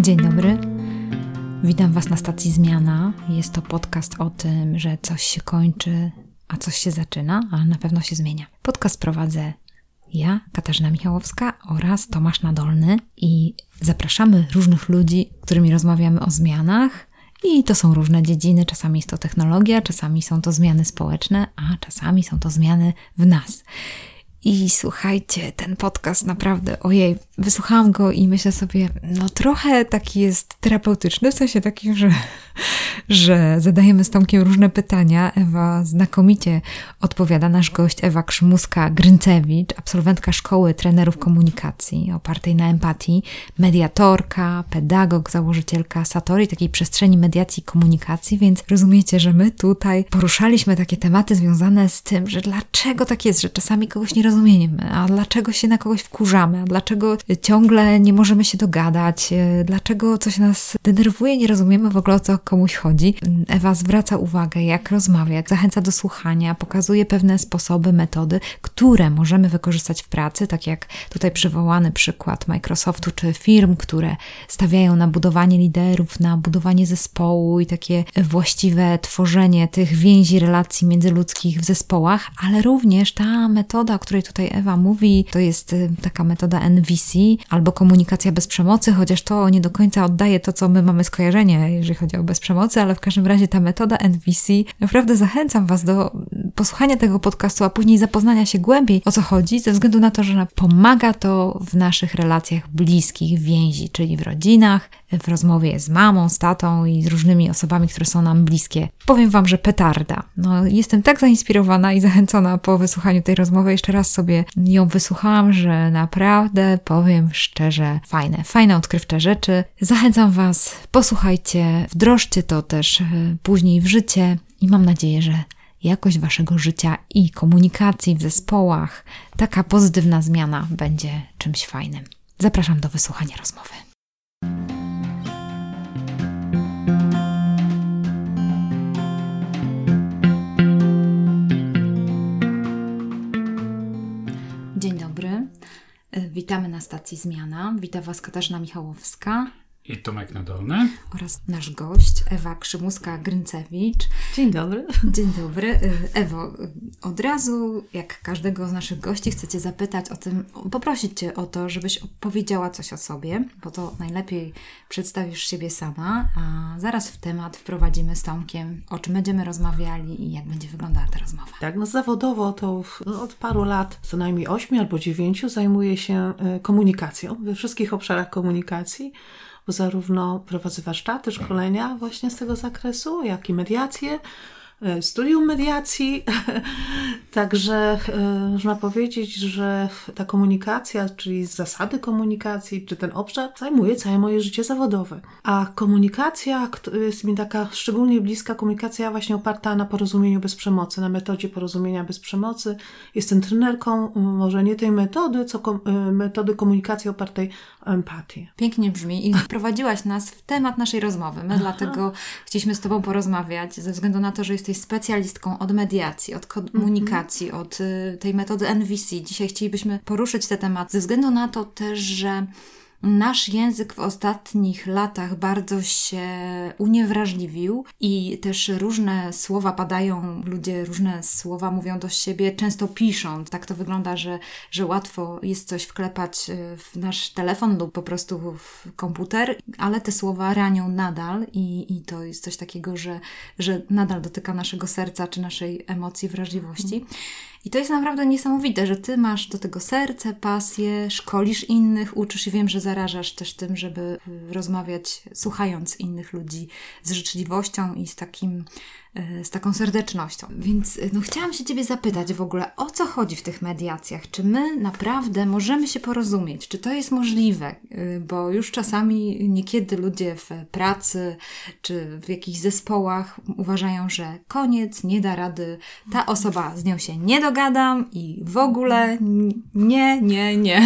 Dzień dobry, witam Was na stacji Zmiana. Jest to podcast o tym, że coś się kończy, a coś się zaczyna, a na pewno się zmienia. Podcast prowadzę ja, Katarzyna Michałowska oraz Tomasz Nadolny i zapraszamy różnych ludzi, z którymi rozmawiamy o zmianach i to są różne dziedziny. Czasami jest to technologia, czasami są to zmiany społeczne, a czasami są to zmiany w nas. I słuchajcie, ten podcast naprawdę, ojej, wysłuchałam go i myślę sobie, no trochę taki jest terapeutyczny, w sensie takim, że zadajemy z Tomkiem różne pytania. Ewa znakomicie odpowiada, nasz gość Ewa Krzymuska-Grynczewicz, absolwentka Szkoły Trenerów Komunikacji opartej na empatii, mediatorka, pedagog, założycielka Satori, takiej przestrzeni mediacji i komunikacji, więc rozumiecie, że my tutaj poruszaliśmy takie tematy związane z tym, że dlaczego tak jest, że czasami kogoś nie rozumiemy, a dlaczego się na kogoś wkurzamy, a dlaczego ciągle nie możemy się dogadać, dlaczego coś nas denerwuje, nie rozumiemy w ogóle, o co komuś chodzi. Ewa zwraca uwagę, jak rozmawiać, zachęca do słuchania, pokazuje pewne sposoby, metody, które możemy wykorzystać w pracy, tak jak tutaj przywołany przykład Microsoftu czy firm, które stawiają na budowanie liderów, na budowanie zespołu i takie właściwe tworzenie tych więzi, relacji międzyludzkich w zespołach, ale również ta metoda, o której tutaj Ewa mówi, to jest taka metoda NVC albo komunikacja bez przemocy, chociaż to nie do końca oddaje to, co my mamy skojarzenie, jeżeli chodzi o bez przemocy, ale w każdym razie ta metoda NVC, naprawdę zachęcam Was do posłuchania tego podcastu, a później zapoznania się głębiej, o co chodzi, ze względu na to, że pomaga to w naszych relacjach bliskich, więzi, czyli w rodzinach, w rozmowie z mamą, z tatą i z różnymi osobami, które są nam bliskie. Powiem Wam, że petarda. No, jestem tak zainspirowana i zachęcona po wysłuchaniu tej rozmowy. Jeszcze raz sobie ją wysłuchałam, że naprawdę, powiem szczerze, fajne, odkrywcze rzeczy. Zachęcam Was, posłuchajcie, wdrożcie to też później w życie i mam nadzieję, że jakość Waszego życia i komunikacji w zespołach, taka pozytywna zmiana będzie czymś fajnym. Zapraszam do wysłuchania rozmowy. Dzień dobry, witamy na stacji Zmiana. Witam Was Katarzyna Michałowska i Tomek Nadolny oraz nasz gość Ewa Krzymuska-Grynczewicz. Dzień dobry. Dzień dobry. Ewo, od razu, jak każdego z naszych gości, chcę Cię zapytać o tym, poprosić Cię o to, żebyś opowiedziała coś o sobie, bo to najlepiej przedstawisz siebie sama, a zaraz w temat wprowadzimy z Tomkiem, o czym będziemy rozmawiali i jak będzie wyglądała ta rozmowa. Tak, zawodowo to od paru lat, co najmniej 8 albo 9, zajmuję się komunikacją we wszystkich obszarach komunikacji, bo zarówno prowadzę warsztaty, szkolenia właśnie z tego zakresu, jak i mediacje, studium mediacji. Także można powiedzieć, że ta komunikacja, czyli zasady komunikacji, czy ten obszar zajmuje całe moje życie zawodowe. A komunikacja jest mi taka szczególnie bliska, komunikacja właśnie oparta na porozumieniu bez przemocy, na metodzie porozumienia bez przemocy. Jestem trenerką może nie tej metody, co metody komunikacji opartej o empatię. Pięknie brzmi i wprowadziłaś nas w temat naszej rozmowy. My dlatego chcieliśmy z Tobą porozmawiać, ze względu na to, że jesteś specjalistką od mediacji, od komunikacji, od tej metody NVC. Dzisiaj chcielibyśmy poruszyć ten temat ze względu na to też, że nasz język w ostatnich latach bardzo się uniewrażliwił i też różne słowa padają, ludzie różne słowa mówią do siebie, często pisząc. Tak to wygląda, że łatwo jest coś wklepać w nasz telefon lub po prostu w komputer, ale te słowa ranią nadal i to jest coś takiego, że nadal dotyka naszego serca czy naszej emocji, wrażliwości. I to jest naprawdę niesamowite, że Ty masz do tego serce, pasję, szkolisz innych, uczysz i wiem, że zarażasz też tym, żeby rozmawiać, słuchając innych ludzi z życzliwością i z taką serdecznością. Więc chciałam się Ciebie zapytać w ogóle, o co chodzi w tych mediacjach? Czy my naprawdę możemy się porozumieć? Czy to jest możliwe? Bo już czasami niekiedy ludzie w pracy czy w jakichś zespołach uważają, że koniec, nie da rady, ta osoba, z nią się nie dogadam i w ogóle nie.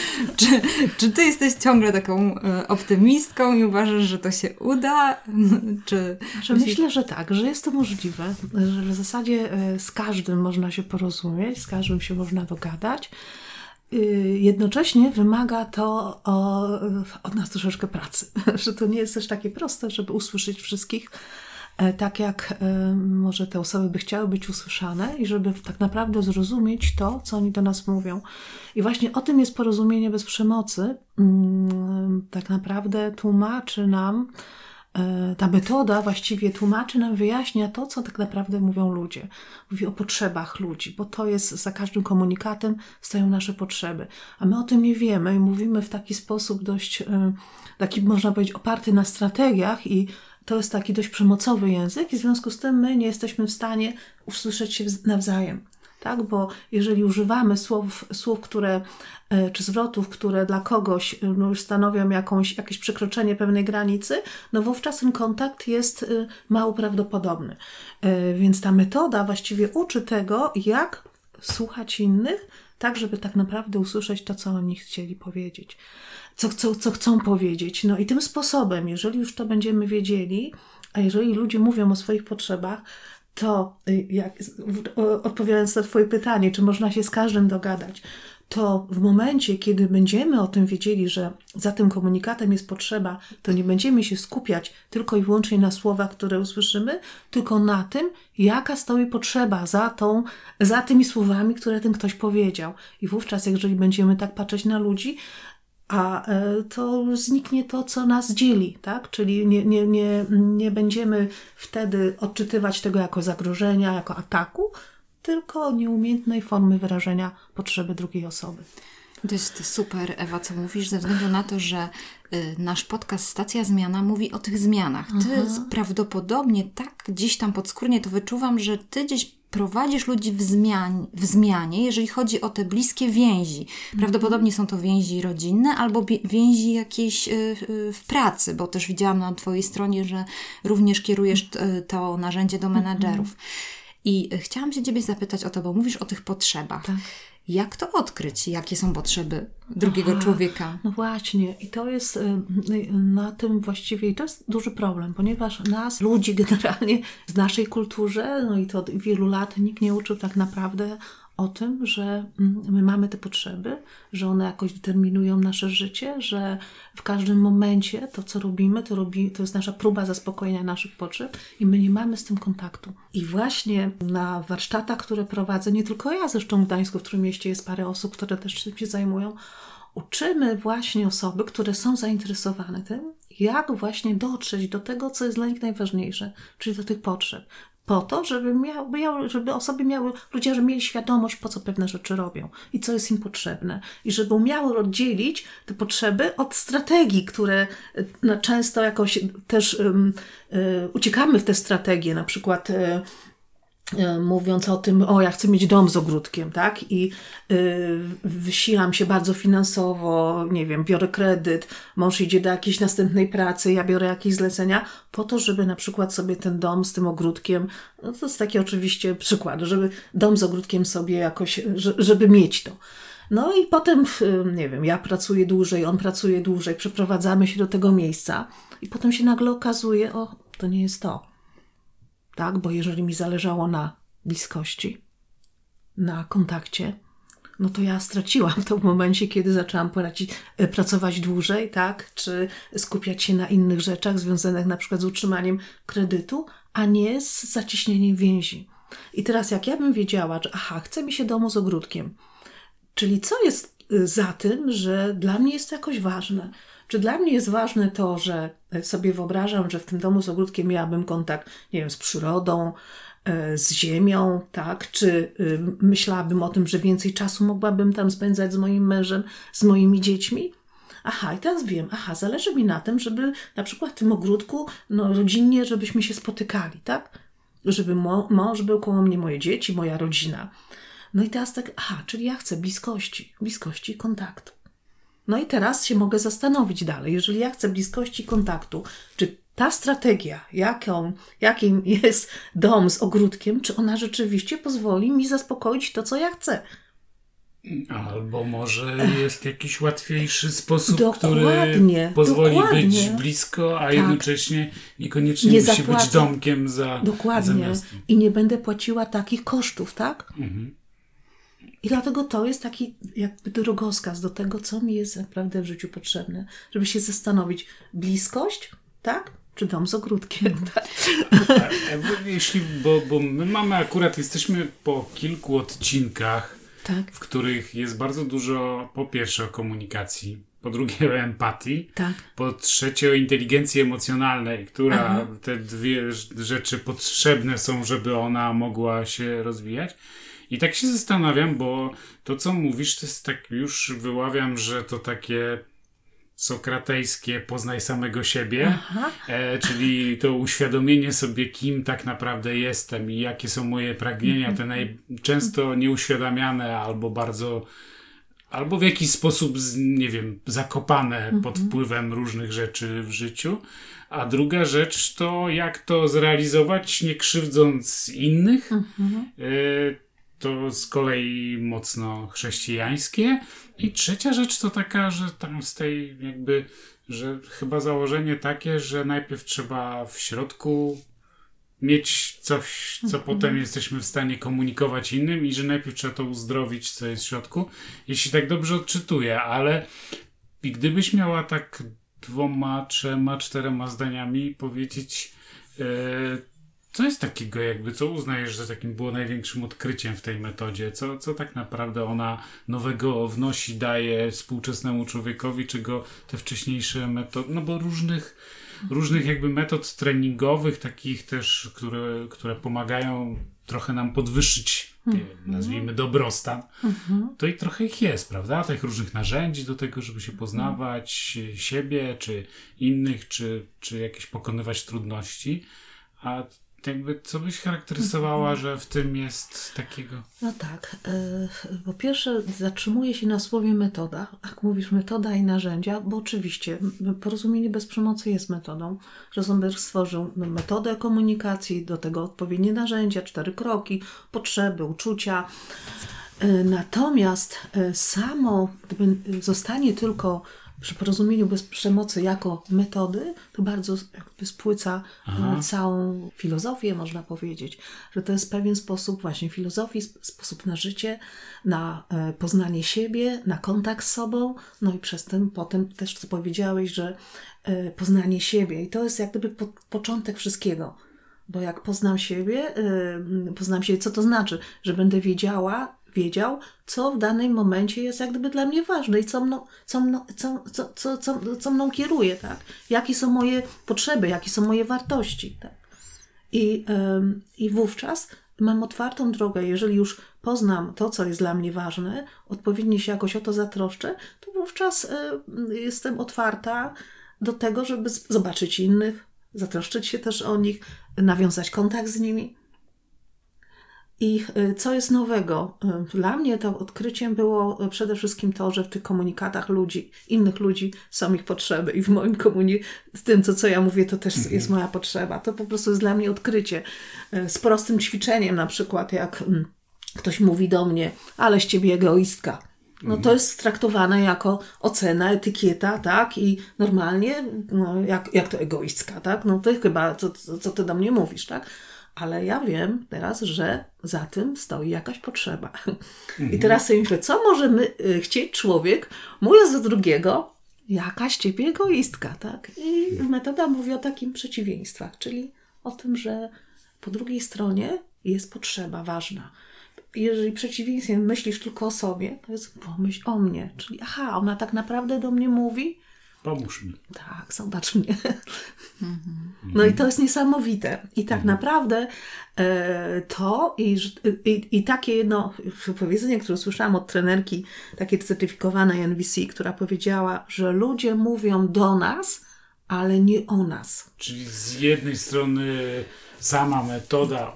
Czy Ty jesteś ciągle taką optymistką i uważasz, że to się uda? Myślę, że tak, że jest to możliwe, że w zasadzie z każdym można się porozumieć, z każdym się można dogadać. jednocześnie wymaga to od nas troszeczkę pracy, że to nie jest też takie proste, żeby usłyszeć wszystkich tak, jak może te osoby by chciały być usłyszane i żeby tak naprawdę zrozumieć to, co oni do nas mówią. I właśnie o tym jest Porozumienie bez przemocy. Tak naprawdę tłumaczy nam, ta metoda właściwie tłumaczy nam, wyjaśnia to, co tak naprawdę mówią ludzie. Mówi o potrzebach ludzi, bo to jest, za każdym komunikatem stoją nasze potrzeby. A my o tym nie wiemy i mówimy w taki sposób dość, taki można powiedzieć oparty na strategiach i to jest taki dość przemocowy język i w związku z tym my nie jesteśmy w stanie usłyszeć się nawzajem. Tak? Bo jeżeli używamy słów, które, czy zwrotów, które dla kogoś już stanowią jakieś przekroczenie pewnej granicy, no wówczas ten kontakt jest mało prawdopodobny. Więc ta metoda właściwie uczy tego, jak słuchać innych, tak żeby tak naprawdę usłyszeć to, co oni chcieli powiedzieć. Co chcą powiedzieć. No i tym sposobem, jeżeli już to będziemy wiedzieli, a jeżeli ludzie mówią o swoich potrzebach, to odpowiadając na Twoje pytanie, czy można się z każdym dogadać, to w momencie, kiedy będziemy o tym wiedzieli, że za tym komunikatem jest potrzeba, to nie będziemy się skupiać tylko i wyłącznie na słowach, które usłyszymy, tylko na tym, jaka stoi potrzeba za tymi słowami, które ten ktoś powiedział. I wówczas, jeżeli będziemy tak patrzeć na ludzi, to zniknie to, co nas dzieli, tak? Czyli nie będziemy wtedy odczytywać tego jako zagrożenia, jako ataku, tylko nieumiejętnej formy wyrażenia potrzeby drugiej osoby. To jest super, Ewa, co mówisz, ze względu na to, że nasz podcast Stacja Zmiana mówi o tych zmianach. Ty prawdopodobnie tak gdzieś tam podskórnie to wyczuwam, że ty gdzieś prowadzisz ludzi w zmianie, jeżeli chodzi o te bliskie więzi. Prawdopodobnie są to więzi rodzinne albo więzi jakieś w pracy, bo też widziałam na Twojej stronie, że również kierujesz to narzędzie do menadżerów. I chciałam się Ciebie zapytać o to, bo mówisz o tych potrzebach. Tak. Jak to odkryć? Jakie są potrzeby drugiego człowieka? No właśnie. I to jest na tym właściwie, i to jest duży problem, ponieważ nas, ludzi generalnie w naszej kulturze, no i to od wielu lat nikt nie uczył tak naprawdę o tym, że my mamy te potrzeby, że one jakoś determinują nasze życie, że w każdym momencie to, co robimy, to jest nasza próba zaspokojenia naszych potrzeb i my nie mamy z tym kontaktu. I właśnie na warsztatach, które prowadzę, nie tylko ja, zresztą w Gdańsku, w Trójmieście jest parę osób, które też tym się zajmują, uczymy właśnie osoby, które są zainteresowane tym, jak właśnie dotrzeć do tego, co jest dla nich najważniejsze, czyli do tych potrzeb. Po to, żeby osoby ludzie mieli świadomość, po co pewne rzeczy robią i co jest im potrzebne. I żeby umiały oddzielić te potrzeby od strategii, które często jakoś też uciekamy w te strategie, na przykład mówiąc o tym, ja chcę mieć dom z ogródkiem, tak? I wysilam się bardzo finansowo, nie wiem, biorę kredyt, mąż idzie do jakiejś następnej pracy, ja biorę jakieś zlecenia, po to, żeby na przykład sobie ten dom z tym ogródkiem, no to jest taki oczywiście przykład, żeby dom z ogródkiem sobie jakoś, żeby mieć to. No i potem, nie wiem, ja pracuję dłużej, on pracuje dłużej, przeprowadzamy się do tego miejsca i potem się nagle okazuje, to nie jest to. Tak, bo jeżeli mi zależało na bliskości, na kontakcie, no to ja straciłam to w momencie, kiedy zaczęłam pracować dłużej, tak, czy skupiać się na innych rzeczach związanych na przykład z utrzymaniem kredytu, a nie z zacieśnieniem więzi. I teraz jak ja bym wiedziała, że chce mi się domu z ogródkiem, czyli co jest za tym, że dla mnie jest to jakoś ważne? Czy dla mnie jest ważne to, że sobie wyobrażam, że w tym domu z ogródkiem miałabym kontakt, nie wiem, z przyrodą, z ziemią, tak? Czy myślałabym o tym, że więcej czasu mogłabym tam spędzać z moim mężem, z moimi dziećmi? I teraz wiem, zależy mi na tym, żeby na przykład w tym ogródku, rodzinnie, żebyśmy się spotykali, tak? Żeby mąż był koło mnie, moje dzieci, moja rodzina. No i teraz tak, czyli ja chcę bliskości i kontaktu. No i teraz się mogę zastanowić dalej, jeżeli ja chcę bliskości i kontaktu, czy ta strategia, jakim jest dom z ogródkiem, czy ona rzeczywiście pozwoli mi zaspokoić to, co ja chcę. Albo może jest jakiś łatwiejszy sposób, który pozwoli być blisko, a jednocześnie niekoniecznie musi być domkiem za miastem. I nie będę płaciła takich kosztów, tak? I dlatego to jest taki jakby drogowskaz do tego, co mi jest naprawdę w życiu potrzebne. Żeby się zastanowić, bliskość, tak? Czy dom z ogródkiem, tak? Bo my mamy akurat, jesteśmy po kilku odcinkach, tak, w których jest bardzo dużo, po pierwsze o komunikacji, po drugie o empatii, tak, po trzecie o inteligencji emocjonalnej, która te dwie rzeczy potrzebne są, żeby ona mogła się rozwijać. I tak się zastanawiam, bo to, co mówisz, to jest tak, już wyławiam, że to takie sokratejskie poznaj samego siebie, czyli to uświadomienie sobie, kim tak naprawdę jestem i jakie są moje pragnienia, te często nieuświadamiane albo w jakiś sposób, nie wiem, zakopane pod wpływem różnych rzeczy w życiu. A druga rzecz to jak to zrealizować, nie krzywdząc innych. To z kolei mocno chrześcijańskie. I trzecia rzecz to taka, że tam z tej jakby, że chyba założenie takie, że najpierw trzeba w środku mieć coś, co potem jesteśmy w stanie komunikować innym i że najpierw trzeba to uzdrowić, co jest w środku. Jeśli tak dobrze odczytuję, ale gdybyś miała tak 2, 3, 4 zdaniami powiedzieć, co jest takiego jakby, co uznajesz, że takim było największym odkryciem w tej metodzie? Co tak naprawdę ona nowego wnosi, daje współczesnemu człowiekowi, czego te wcześniejsze metody, no bo różnych jakby metod treningowych, takich też, które pomagają trochę nam podwyższyć, nazwijmy, dobrostan, to i trochę ich jest, prawda? Tych różnych narzędzi do tego, żeby się poznawać siebie, czy innych, czy jakieś pokonywać trudności. A jakby co byś charakteryzowała, że w tym jest takiego? No tak. Po pierwsze zatrzymuję się na słowie metoda. Jak mówisz metoda i narzędzia, bo oczywiście Porozumienie bez przemocy jest metodą. Rosenberg stworzył metodę komunikacji, do tego odpowiednie narzędzia, 4 kroki, potrzeby, uczucia. Natomiast samo, gdyby zostanie tylko przy Porozumieniu bez przemocy jako metody, to bardzo jakby spłyca całą filozofię, można powiedzieć, że to jest pewien sposób właśnie filozofii, sposób na życie, na poznanie siebie, na kontakt z sobą, no i przez tym potem też, co powiedziałeś, że poznanie siebie i to jest jak gdyby początek wszystkiego, bo jak poznam siebie, co to znaczy, że będę wiedział, co w danym momencie jest jak gdyby dla mnie ważne i co mną kieruje, tak? Jakie są moje potrzeby, jakie są moje wartości, tak? I wówczas mam otwartą drogę, jeżeli już poznam to, co jest dla mnie ważne, odpowiednio się jakoś o to zatroszczę, to wówczas jestem otwarta do tego, żeby zobaczyć innych, zatroszczyć się też o nich, nawiązać kontakt z nimi. I co jest nowego? Dla mnie to odkryciem było przede wszystkim to, że w tych komunikatach innych ludzi są ich potrzeby i w moim z tym, co ja mówię, to też jest moja potrzeba. To po prostu jest dla mnie odkrycie. Z prostym ćwiczeniem na przykład, jak ktoś mówi do mnie, ale z ciebie egoistka. No to jest traktowane jako ocena, etykieta, tak? I normalnie, no, jak to egoistka, tak? No to chyba, co ty do mnie mówisz, tak? Ale ja wiem teraz, że za tym stoi jakaś potrzeba. I teraz sobie myślę, co może chcieć człowiek, mówiąc do drugiego, jakaś ciebie egoistka, tak? I metoda mówi o takim przeciwieństwach, czyli o tym, że po drugiej stronie jest potrzeba ważna. Jeżeli przeciwieństwem myślisz tylko o sobie, to jest pomyśl o mnie. Czyli ona tak naprawdę do mnie mówi, pomóż mi. Tak, zobacz mnie. No i to jest niesamowite. I tak naprawdę to i takie jedno powiedzenie, które słyszałam od trenerki takiej certyfikowanej NVC, która powiedziała, że ludzie mówią do nas, ale nie o nas. Czyli z jednej strony sama metoda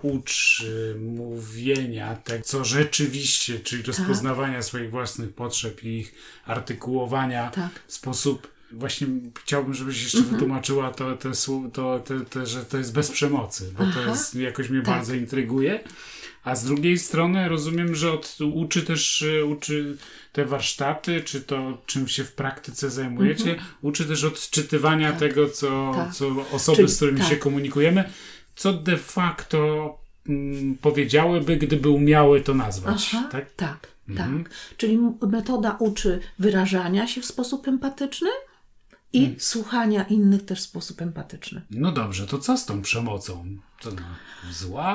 mówienia tego, co rzeczywiście, czyli rozpoznawania swoich własnych potrzeb i ich artykułowania w sposób. Właśnie chciałbym, żebyś jeszcze wytłumaczyła że to jest bez przemocy, bo to jest, jakoś mnie bardzo intryguje. A z drugiej strony rozumiem, że uczy te warsztaty, czy to, czym się w praktyce zajmujecie, uczy też odczytywania tego, co osoby, z którymi się komunikujemy, co de facto powiedziałyby, gdyby umiały to nazwać. Tak? Tak. Czyli metoda uczy wyrażania się w sposób empatyczny i słuchania innych też w sposób empatyczny. No dobrze, to co z tą przemocą? To zła?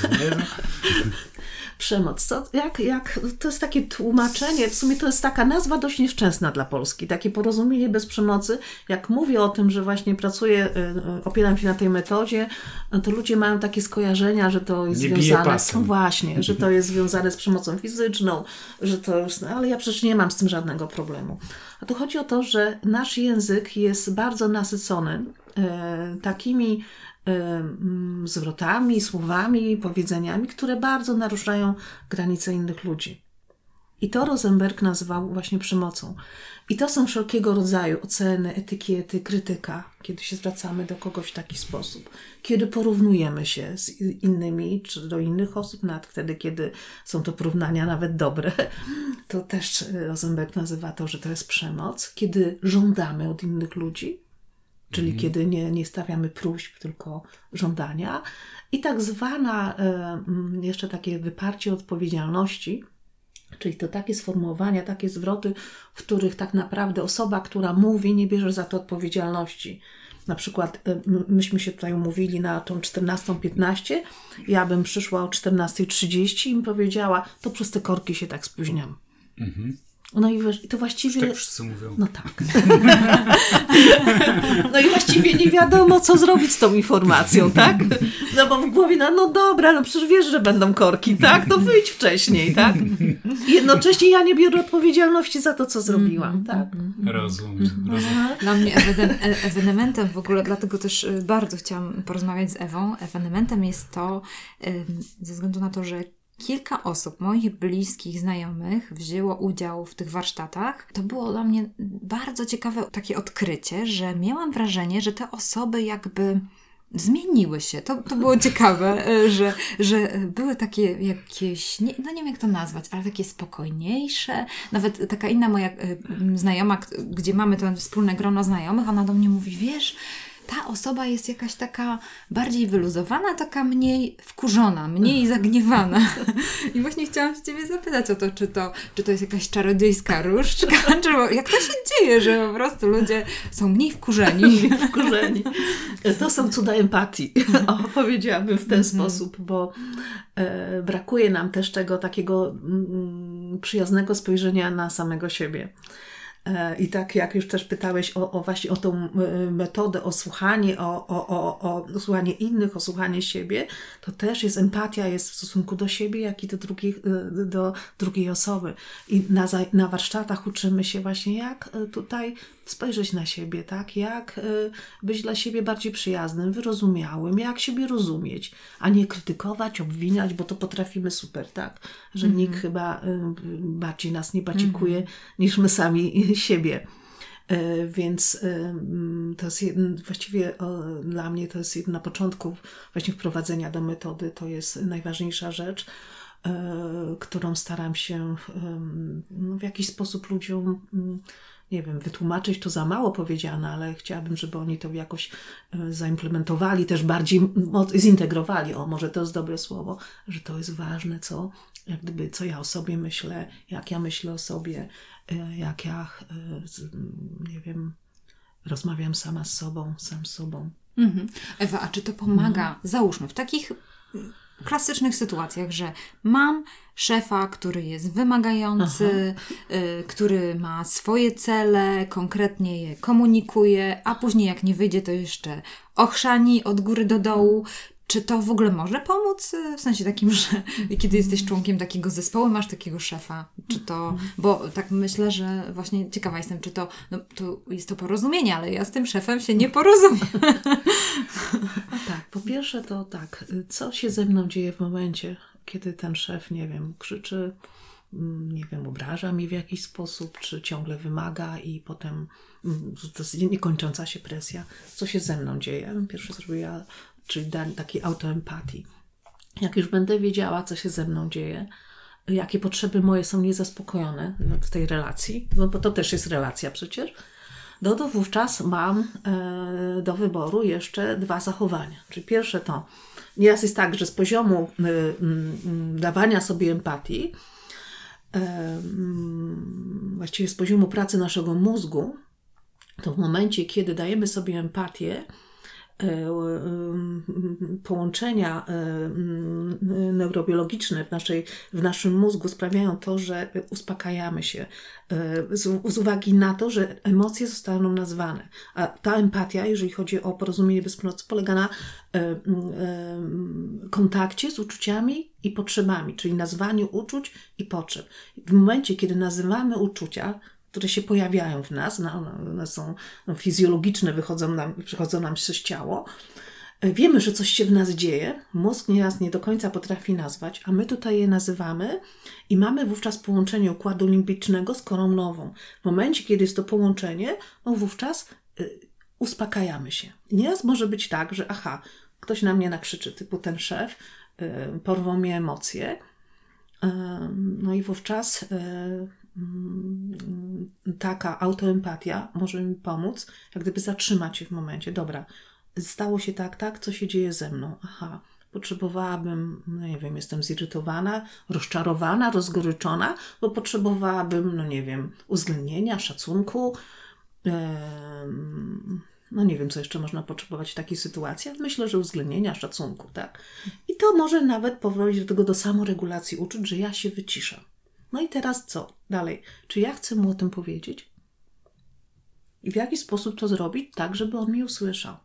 Przemoc. To jest takie tłumaczenie, w sumie to jest taka nazwa dość nieszczęsna dla Polski, takie porozumienie bez przemocy. Jak mówię o tym, że właśnie pracuję, opieram się na tej metodzie, to ludzie mają takie skojarzenia, że to jest związane że to jest związane z przemocą fizyczną, że to już, ale ja przecież nie mam z tym żadnego problemu. A tu chodzi o to, że nasz język jest bardzo nasycony takimi zwrotami, słowami, powiedzeniami, które bardzo naruszają granice innych ludzi. I to Rosenberg nazywał właśnie przemocą. I to są wszelkiego rodzaju oceny, etykiety, krytyka, kiedy się zwracamy do kogoś w taki sposób. Kiedy porównujemy się z innymi, czy do innych osób, nawet wtedy, kiedy są to porównania nawet dobre, to też Rosenberg nazywa to, że to jest przemoc. Kiedy żądamy od innych ludzi, czyli kiedy nie stawiamy próśb, tylko żądania. I tak zwana jeszcze takie wyparcie odpowiedzialności, czyli to takie sformułowania, takie zwroty, w których tak naprawdę osoba, która mówi, nie bierze za to odpowiedzialności. Na przykład myśmy się tutaj umówili na tą 14:15, ja bym przyszła o 14:30 i mi powiedziała, to przez te korki się tak spóźniam. No i to właściwie... Tak wszyscy mówią. No tak. No i właściwie nie wiadomo, co zrobić z tą informacją, tak? No bo w głowie, no dobra, no przecież wiesz, że będą korki, tak? To wyjdź wcześniej, tak? I jednocześnie ja nie biorę odpowiedzialności za to, co zrobiłam, tak? Rozumiem. Dla mnie ewenementem w ogóle, dlatego też bardzo chciałam porozmawiać z Ewą, ewenementem jest to, ze względu na to, że kilka osób, moich bliskich znajomych, wzięło udział w tych warsztatach. To było dla mnie bardzo ciekawe takie odkrycie, że miałam wrażenie, że te osoby jakby zmieniły się. To było ciekawe, że były takie jakieś, nie wiem jak to nazwać, ale takie spokojniejsze. Nawet taka inna moja znajoma, gdzie mamy to wspólne grono znajomych, ona do mnie mówi, wiesz, ta osoba jest jakaś taka bardziej wyluzowana, taka mniej wkurzona, mniej zagniewana. I właśnie chciałam się Ciebie zapytać o to, czy to jest jakaś czarodziejska różdżka, czy jak to się dzieje, że po prostu ludzie są mniej wkurzeni. To są cuda empatii, powiedziałabym w ten sposób, bo brakuje nam też tego takiego przyjaznego spojrzenia na samego siebie. I tak jak już też pytałeś właśnie o tą metodę, o słuchanie, o słuchanie innych, o słuchanie siebie, to też jest empatia, jest w stosunku do siebie, jak i do drugiej osoby. I na warsztatach uczymy się właśnie, jak tutaj spojrzeć na siebie, tak? Jak być dla siebie bardziej przyjaznym, wyrozumiałym, jak siebie rozumieć, a nie krytykować, obwiniać, bo to potrafimy super, tak? Że nikt chyba bardziej nas nie bacikuje niż my sami siebie. Więc to jest właściwie dla mnie to jest na początku właśnie wprowadzenia do metody, to jest najważniejsza rzecz, którą staram się w jakiś sposób ludziom nie wiem, wytłumaczyć to za mało powiedziane, ale chciałabym, żeby oni to jakoś zaimplementowali, też bardziej zintegrowali, może to jest dobre słowo, że to jest ważne, co ja o sobie myślę, jak ja myślę o sobie, jak ja, nie wiem, rozmawiam sama z sobą, sam z sobą. Ewa, a czy to pomaga, załóżmy, w takich klasycznych sytuacjach, że mam szefa, który jest wymagający, który ma swoje cele, konkretnie je komunikuje, a później jak nie wyjdzie, to jeszcze ochrzani od góry do dołu. Czy to w ogóle może pomóc? W sensie takim, że kiedy jesteś członkiem takiego zespołu, masz takiego szefa. Czy to, bo tak myślę, że właśnie ciekawa jestem, czy to jest to porozumienie, ale ja z tym szefem się nie porozumiem. Tak, po pierwsze to tak, co się ze mną dzieje w momencie, kiedy ten szef, nie wiem, krzyczy, nie wiem, obraża mnie w jakiś sposób, czy ciągle wymaga i potem to jest niekończąca się presja. Co się ze mną dzieje? Ja bym pierwszy zrobiła, czyli takiej autoempatii. Jak już będę wiedziała, co się ze mną dzieje, jakie potrzeby moje są niezaspokojone w tej relacji, bo to też jest relacja przecież, no to wówczas mam do wyboru jeszcze 2 zachowania. Czyli pierwsze to, nieraz jest tak, że z poziomu dawania sobie empatii, właściwie z poziomu pracy naszego mózgu, to w momencie, kiedy dajemy sobie empatię, połączenia neurobiologiczne w naszym mózgu sprawiają to, że uspokajamy się z uwagi na to, że emocje zostaną nazwane. A ta empatia, jeżeli chodzi o porozumienie bezpłciowe, polega na kontakcie z uczuciami i potrzebami, czyli nazwaniu uczuć i potrzeb. W momencie, kiedy nazywamy uczucia, które się pojawiają w nas, one są fizjologiczne, przychodzą nam przez ciało. Wiemy, że coś się w nas dzieje, mózg nieraz nie do końca potrafi nazwać, a my tutaj je nazywamy i mamy wówczas połączenie układu limbicznego z korą nową. W momencie, kiedy jest to połączenie, no wówczas uspokajamy się. Nieraz może być tak, że ktoś na mnie nakrzyczy, typu ten szef, porwą mnie emocje, no i wówczas taka autoempatia może mi pomóc, jak gdyby zatrzymać się w momencie. Dobra, stało się tak, co się dzieje ze mną? Potrzebowałabym, nie wiem, jestem zirytowana, rozczarowana, rozgoryczona, bo potrzebowałabym, uwzględnienia, szacunku, nie wiem, co jeszcze można potrzebować w takiej sytuacji. Myślę, że uwzględnienia, szacunku, tak? I to może nawet prowadzić do samoregulacji uczuć, że ja się wyciszam. No i teraz co? Dalej. Czy ja chcę mu o tym powiedzieć? I w jaki sposób to zrobić tak, żeby on mnie usłyszał?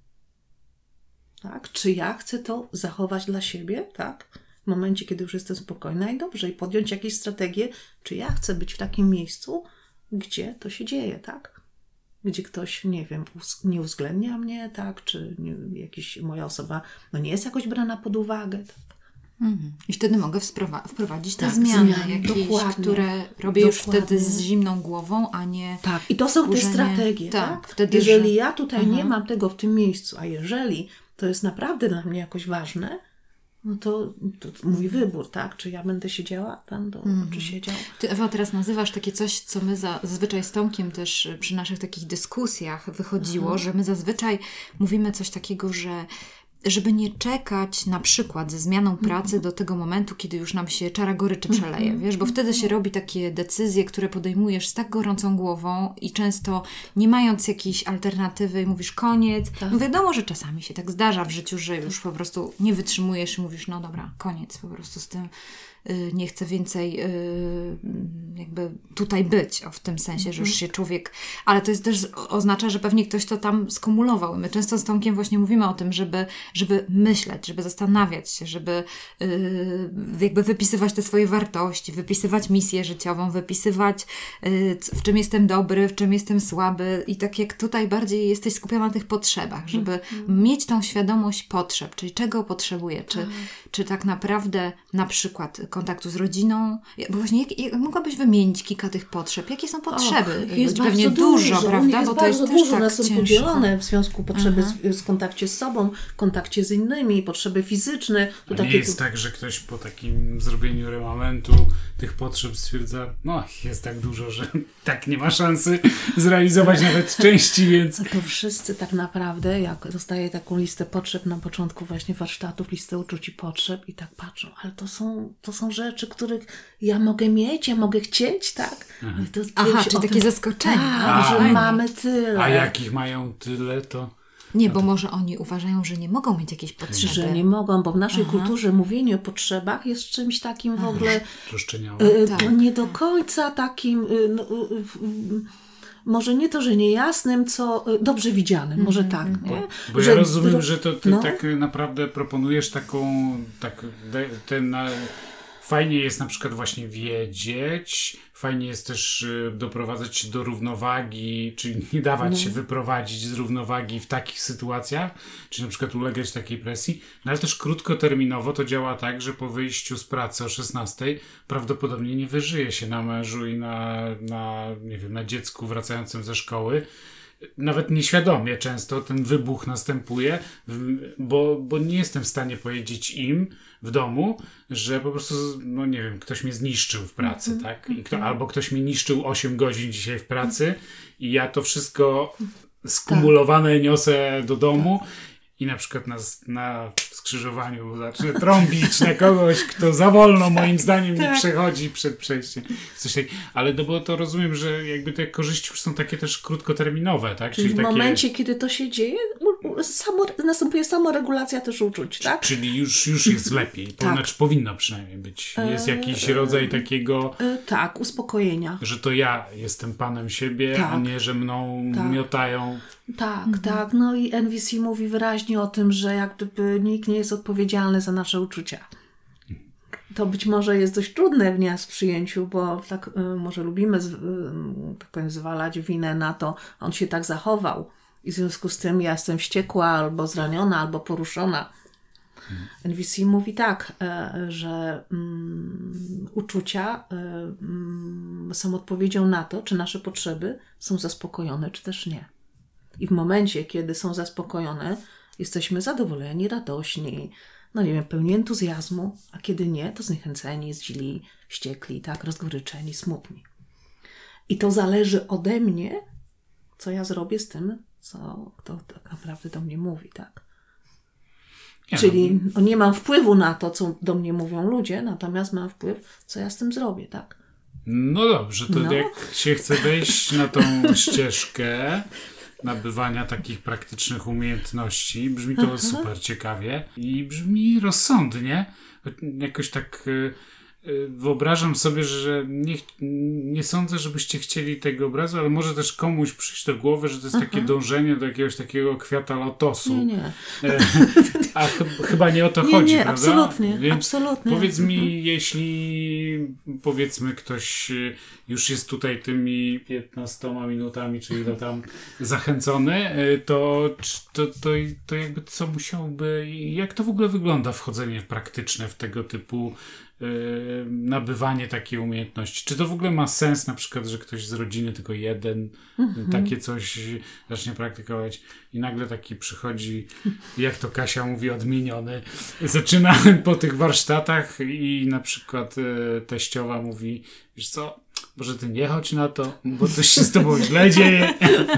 Tak? Czy ja chcę to zachować dla siebie? Tak? W momencie, kiedy już jestem spokojna i dobrze, i podjąć jakieś strategie, czy ja chcę być w takim miejscu, gdzie to się dzieje, tak? Gdzie ktoś, nie uwzględnia mnie, tak? Czy moja osoba nie jest jakoś brana pod uwagę, tak? I wtedy mogę wprowadzić te zmiany jakieś, które robię już wtedy z zimną głową, a nie... Tak, i to są te strategie, tak? Wtedy, jeżeli ja tutaj nie mam tego w tym miejscu, a jeżeli to jest naprawdę dla mnie jakoś ważne, no to mój wybór, tak? Czy ja będę siedziała tam, czy siedział. Ty, Ewa, teraz nazywasz takie coś, co my zazwyczaj z Tomkiem też przy naszych takich dyskusjach wychodziło, że my zazwyczaj mówimy coś takiego, że żeby nie czekać na przykład ze zmianą pracy do tego momentu, kiedy już nam się czara goryczy przeleje, wiesz, bo wtedy się robi takie decyzje, które podejmujesz z tak gorącą głową i często nie mając jakiejś alternatywy i mówisz koniec. Tak. No wiadomo, że czasami się tak zdarza w życiu, że już po prostu nie wytrzymujesz i mówisz, no dobra, koniec, po prostu z tym nie chcę więcej jakby tutaj być, w tym sensie, że już się człowiek, ale to jest też oznacza, że pewnie ktoś to tam skumulował. My często z Tomkiem właśnie mówimy o tym, żeby myśleć, żeby zastanawiać się, żeby jakby wypisywać te swoje wartości, wypisywać misję życiową, wypisywać w czym jestem dobry, w czym jestem słaby i tak jak tutaj bardziej jesteś skupiona na tych potrzebach, żeby mieć tą świadomość potrzeb, czyli czego potrzebuję, czy tak naprawdę na przykład kontaktu z rodziną, bo właśnie jak mogłabyś wymienić kilka tych potrzeb? Jakie są potrzeby? Jest pewnie dużo, prawda? Bo to jest też tak one są podzielone w związku potrzeby w kontakcie z sobą, w kontakcie z innymi, potrzeby fizyczne. To nie jest tak, że ktoś po takim zrobieniu remamentu tych potrzeb stwierdza, jest tak dużo, że tak nie ma szansy zrealizować nawet części, więc... To wszyscy tak naprawdę, jak dostaję taką listę potrzeb na początku właśnie warsztatów, listę uczuć i potrzeb i tak patrzą, ale to są rzeczy, których ja mogę mieć, ja mogę chcieć, tak? Czyli takie zaskoczenie. Że mamy tyle. A jakich mają tyle, to... Nie, bo może oni uważają, że nie mogą mieć jakiejś potrzeby. Że nie mogą, bo w naszej kulturze mówienie o potrzebach jest czymś takim w ogóle nie do końca takim może nie to, że niejasnym, co dobrze widzianym, może tak, nie? Bo ja rozumiem, że to ty tak naprawdę proponujesz fajnie jest na przykład właśnie wiedzieć, fajnie jest też doprowadzać się do równowagi, czyli nie dawać się wyprowadzić z równowagi w takich sytuacjach, czy na przykład ulegać takiej presji, ale też krótkoterminowo to działa tak, że po wyjściu z pracy o 16:00 prawdopodobnie nie wyżyje się na mężu i na dziecku wracającym ze szkoły nawet nieświadomie często ten wybuch następuje, bo nie jestem w stanie powiedzieć im w domu, że po prostu, no nie wiem, ktoś mnie zniszczył w pracy, tak? Albo ktoś mnie niszczył 8 godzin dzisiaj w pracy i ja to wszystko skumulowane niosę do domu i na przykład na skrzyżowaniu zacznę trąbić na kogoś, kto za wolno moim zdaniem nie przechodzi przed przejściem. Coś takiego. Ale no bo to rozumiem, że jakby te korzyści już są takie też krótkoterminowe, tak? Czyli w momencie, kiedy to się dzieje, następuje samoregulacja też uczuć, tak? Czyli już jest lepiej. Znaczy powinno przynajmniej być. Jest jakiś rodzaj takiego... tak, uspokojenia. Że to ja jestem panem siebie, a nie, że mną miotają. Tak. No i NVC mówi wyraźnie o tym, że jak gdyby nikt nie jest odpowiedzialny za nasze uczucia. To być może jest dość trudne w nas w przyjęciu, bo tak może lubimy tak powiem, zwalać winę na to, on się tak zachował i w związku z tym ja jestem wściekła, albo zraniona, albo poruszona. NVC mówi tak, że uczucia są odpowiedzią na to, czy nasze potrzeby są zaspokojone, czy też nie. I w momencie, kiedy są zaspokojone, jesteśmy zadowoleni, radośni, no nie wiem, pełni entuzjazmu, a kiedy nie, to zniechęceni, źli, wściekli, tak, rozgoryczeni, smutni. I to zależy ode mnie, co ja zrobię z tym, co kto tak naprawdę do mnie mówi, tak. Czyli nie mam wpływu na to, co do mnie mówią ludzie, natomiast mam wpływ, co ja z tym zrobię, tak. No dobrze, to jak się chce wejść na tą ścieżkę nabywania takich praktycznych umiejętności, brzmi to super ciekawie i brzmi rozsądnie. Jakoś tak wyobrażam sobie, że nie sądzę, żebyście chcieli tego obrazu, ale może też komuś przyjść do głowy, że to jest takie dążenie do jakiegoś takiego kwiata lotosu. Nie. A chyba nie o to chodzi, nie, prawda? Absolutnie, Więc absolutnie. Powiedz mi, jeśli powiedzmy ktoś już jest tutaj tymi 15 minutami, czy ile tam zachęcony, to jakby co musiałby, jak to w ogóle wygląda wchodzenie praktyczne w tego typu nabywanie takiej umiejętności. Czy to w ogóle ma sens na przykład, że ktoś z rodziny tylko jeden takie coś zacznie praktykować i nagle taki przychodzi, jak to Kasia mówi, odmieniony. Zaczyna po tych warsztatach i na przykład teściowa mówi, wiesz co, może ty nie chodź na to, bo coś się z tobą źle dzieje.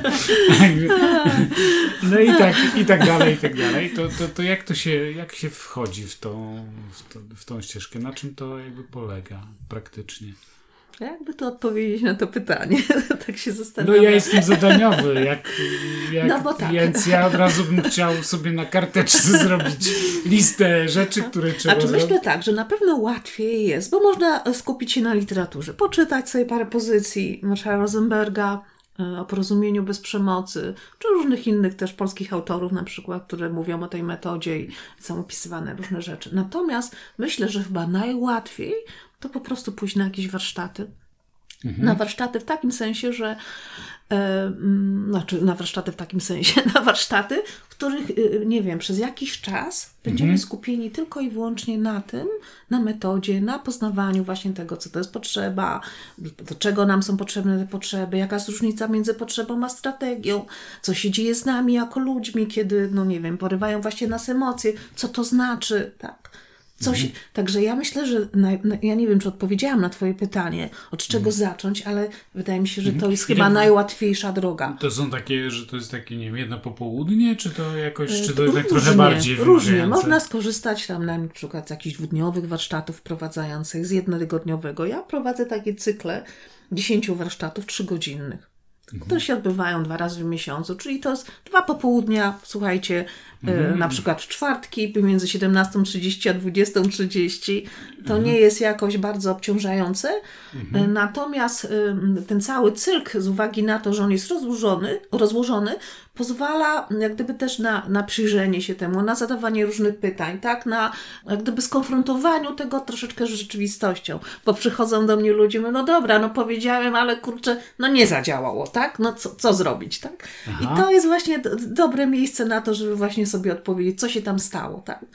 No i tak dalej. To jak się wchodzi w tą ścieżkę? Na czym to jakby polega praktycznie? Jakby to odpowiedzieć na to pytanie? Tak się zastanawiam. No ja jestem zadaniowy, bo tak. Więc ja od razu bym chciał sobie na karteczce zrobić listę rzeczy, które trzeba zrobić. Myślę tak, że na pewno łatwiej jest, bo można skupić się na literaturze, poczytać sobie parę pozycji Marshalla Rosenberga o porozumieniu bez przemocy, czy różnych innych też polskich autorów na przykład, które mówią o tej metodzie i są opisywane różne rzeczy. Natomiast myślę, że chyba najłatwiej to po prostu pójść na jakieś warsztaty. Na warsztaty w takim sensie, że na warsztaty, w których, nie wiem, przez jakiś czas będziemy skupieni tylko i wyłącznie na tym, na metodzie, na poznawaniu właśnie tego, co to jest potrzeba, do czego nam są potrzebne te potrzeby, jaka jest różnica między potrzebą a strategią, co się dzieje z nami jako ludźmi, kiedy, no nie wiem, porywają właśnie nas emocje, co to znaczy, tak. Także ja myślę, że ja nie wiem, czy odpowiedziałam na twoje pytanie, od czego zacząć, ale wydaje mi się, że to jest chyba najłatwiejsza droga. To są takie, że to jest takie, nie wiem, jedno popołudnie, czy to jakoś, czy to jednak trochę bardziej różnie. Można skorzystać tam na przykład z jakichś dwudniowych warsztatów wprowadzających, z jednotygodniowego. Ja prowadzę takie cykle 10 warsztatów 3-godzinnych. które się odbywają 2 razy w miesiącu, czyli to jest 2 popołudnia, słuchajcie, na przykład w czwartki między 17:30 a 20:30. To nie jest jakoś bardzo obciążające. Natomiast ten cały cykl, z uwagi na to, że on jest rozłożony, pozwala jak gdyby też na przyjrzenie się temu, na zadawanie różnych pytań, tak? Na jak gdyby skonfrontowaniu tego troszeczkę z rzeczywistością. Bo przychodzą do mnie ludzie, mówią, no dobra, no powiedziałem, ale kurczę, no nie zadziałało, tak? No co zrobić, tak? Aha. I to jest właśnie dobre miejsce na to, żeby właśnie sobie odpowiedzieć, co się tam stało, tak?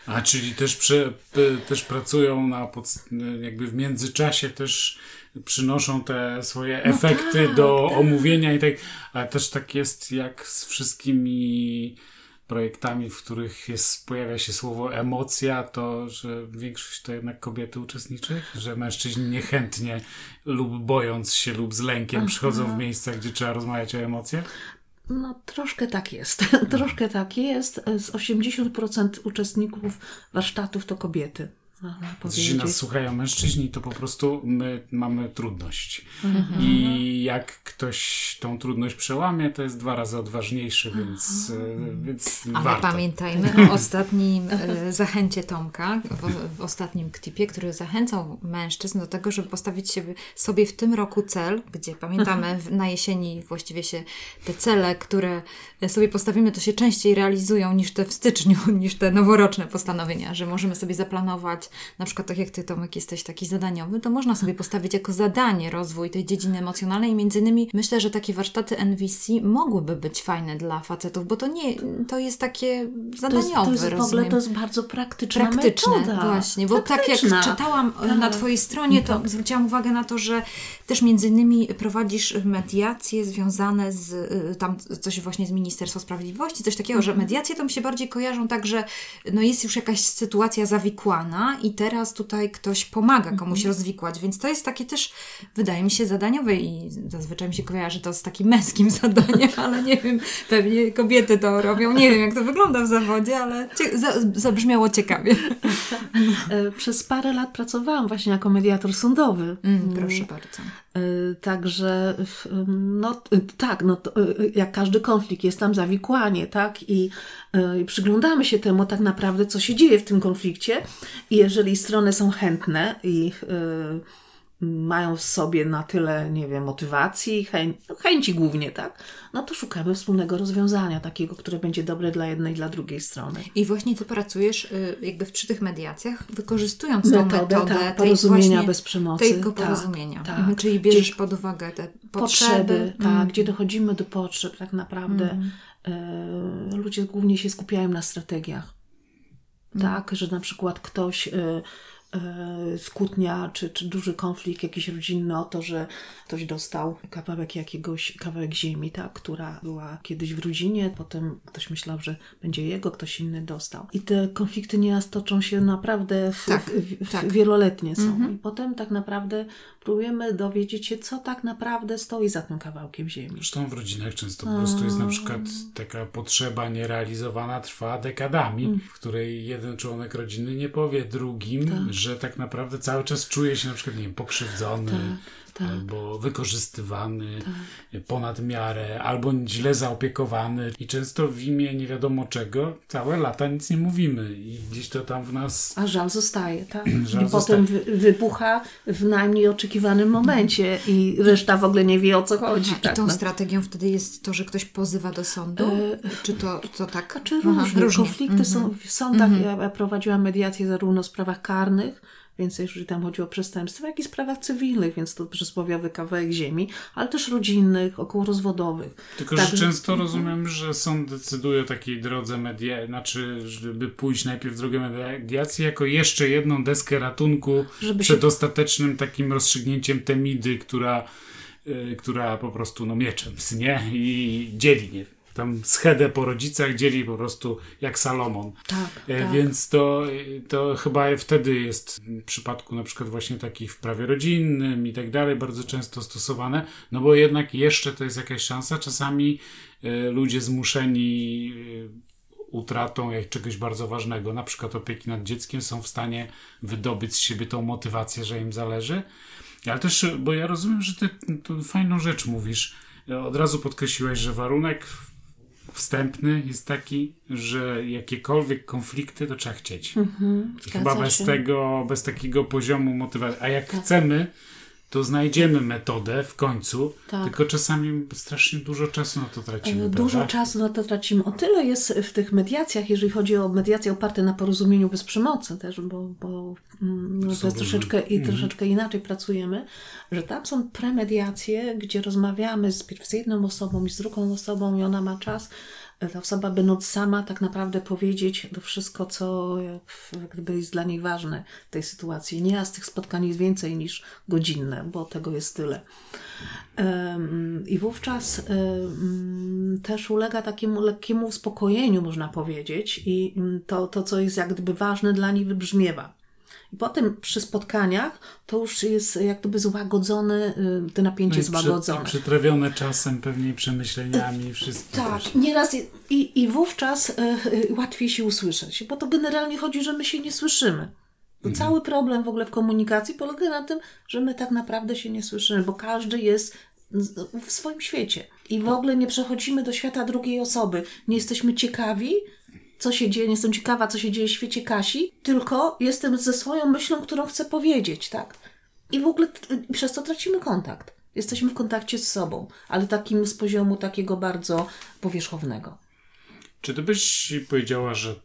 A, czyli też pracują jakby w międzyczasie też przynoszą te swoje efekty do omówienia i tak, ale też tak jest jak z wszystkimi projektami, w których pojawia się słowo emocja, to że większość to jednak kobiety uczestniczy, że mężczyźni niechętnie lub bojąc się lub z lękiem przychodzą w miejsca, gdzie trzeba rozmawiać o emocjach? No troszkę tak jest. Troszkę tak jest. Z 80% uczestników warsztatów to kobiety. Jeśli nas słuchają mężczyźni, to po prostu my mamy trudność. I jak ktoś tą trudność przełamie, to jest 2 razy odważniejszy, więc ale warto. Pamiętajmy o ostatnim zachęcie Tomka, w ostatnim klipie, który zachęcał mężczyzn do tego, żeby postawić sobie w tym roku cel, gdzie pamiętamy na jesieni właściwie się te cele, które sobie postawimy, to się częściej realizują niż te w styczniu, niż te noworoczne postanowienia, że możemy sobie zaplanować, na przykład tak jak Ty, Tomek, jesteś taki zadaniowy, to można sobie postawić jako zadanie rozwój tej dziedziny emocjonalnej i między innymi myślę, że takie warsztaty NVC mogłyby być fajne dla facetów, bo to jest takie zadaniowe, to jest bardzo praktyczne metoda. Właśnie, bo tak jak czytałam na Twojej stronie, to zwróciłam uwagę na to, że też między innymi prowadzisz mediacje związane z tam coś właśnie z Ministerstwa Sprawiedliwości, coś takiego, że mediacje to mi się bardziej kojarzą tak, że jest już jakaś sytuacja zawikłana i teraz tutaj ktoś pomaga komuś rozwikłać, więc to jest takie też, wydaje mi się, zadaniowe i zazwyczaj mi się kojarzy to z takim męskim zadaniem, ale nie wiem, pewnie kobiety to robią, nie wiem jak to wygląda w zawodzie, ale zabrzmiało ciekawie. Przez parę lat pracowałam właśnie jako mediator sądowy. Proszę bardzo. Także jak każdy konflikt jest tam zawikłanie, tak? I przyglądamy się temu tak naprawdę, co się dzieje w tym konflikcie i jeżeli strony są chętne i mają w sobie na tyle, nie wiem, motywacji, chęci głównie, tak? No to szukamy wspólnego rozwiązania, takiego, które będzie dobre dla jednej i dla drugiej strony. I właśnie Ty pracujesz jakby przy tych mediacjach, wykorzystując tą metodę porozumienia bez przemocy. Tego porozumienia. Tak. Czyli bierzesz pod uwagę te potrzeby. Tak, gdzie dochodzimy do potrzeb tak naprawdę. Ludzie głównie się skupiają na strategiach. Tak, że na przykład ktoś kłótnia czy duży konflikt jakiś rodzinny o to, że ktoś dostał kawałek ziemi, tak, która była kiedyś w rodzinie, potem ktoś myślał, że będzie jego, ktoś inny dostał. I te konflikty nieraz toczą się naprawdę wieloletnie są. I potem tak naprawdę próbujemy dowiedzieć się, co tak naprawdę stoi za tym kawałkiem ziemi. Zresztą w rodzinach często po prostu jest na przykład taka potrzeba nierealizowana, trwa dekadami, w której jeden członek rodziny nie powie drugim, że tak naprawdę cały czas czuje się na przykład, nie wiem, pokrzywdzony, albo wykorzystywany ponad miarę, albo źle zaopiekowany i często w imię nie wiadomo czego całe lata nic nie mówimy i gdzieś to tam w nas... A żal zostaje, tak? Potem wybucha w najmniej oczekiwanym momencie i reszta w ogóle nie wie, o co chodzi. I tą strategią wtedy jest to, że ktoś pozywa do sądu? Czy to tak? Czy różnie. Konflikty są tak. Ja prowadziłam mediację zarówno w sprawach karnych, więc jeżeli tam chodzi o przestępstwa, jak i sprawach cywilnych, więc to przysłowiowy kawałek ziemi, ale też rodzinnych, okołorozwodowych. Tylko, że często rozumiem, że sąd decyduje o takiej drodze żeby pójść najpierw w drogę mediacji jako jeszcze jedną deskę ratunku przed ostatecznym takim rozstrzygnięciem Temidy, która po prostu mieczem znie i dzieli, tam schedę po rodzicach dzieli po prostu jak Salomon. Tak. Więc to chyba wtedy jest w przypadku na przykład właśnie takich w prawie rodzinnym i tak dalej bardzo często stosowane, bo jednak jeszcze to jest jakaś szansa. Czasami ludzie zmuszeni utratą czegoś bardzo ważnego, na przykład opieki nad dzieckiem, są w stanie wydobyć z siebie tą motywację, że im zależy. Ale też, bo ja rozumiem, że ty fajną rzecz mówisz. Od razu podkreśliłeś, że warunek wstępny jest taki, że jakiekolwiek konflikty to trzeba chcieć. I chyba bez takiego poziomu motywacji. A jak chcemy, to znajdziemy metodę w końcu, tylko czasami strasznie dużo czasu na to tracimy. Dużo czasu na to tracimy. O tyle jest w tych mediacjach, jeżeli chodzi o mediacje oparte na porozumieniu bez przemocy też, bo to jest troszeczkę inaczej pracujemy, że tam są premediacje, gdzie rozmawiamy z jedną osobą i z drugą osobą i ona ma czas ta osoba będąc sama tak naprawdę powiedzieć to wszystko, co jak gdyby jest dla niej ważne w tej sytuacji. Nie, z tych spotkań jest więcej niż godzinne, bo tego jest tyle. I wówczas też ulega takiemu lekkiemu uspokojeniu, można powiedzieć, i to co jest jak gdyby ważne dla niej, wybrzmiewa. I potem przy spotkaniach to już jest jak gdyby złagodzone, to napięcie złagodzone. Przytrawione czasem, pewnie przemyśleniami, wszystko. Tak, też. nieraz i wówczas łatwiej się usłyszeć, bo to generalnie chodzi, że my się nie słyszymy. Cały problem w ogóle w komunikacji polega na tym, że my tak naprawdę się nie słyszymy, bo każdy jest w swoim świecie. I w ogóle nie przechodzimy do świata drugiej osoby. Nie jesteśmy ciekawi, co się dzieje, nie jestem ciekawa, co się dzieje w świecie Kasi, tylko jestem ze swoją myślą, którą chcę powiedzieć, tak? I w ogóle przez to tracimy kontakt. Jesteśmy w kontakcie z sobą, ale takim z poziomu takiego bardzo powierzchownego. Czy ty byś powiedziała, że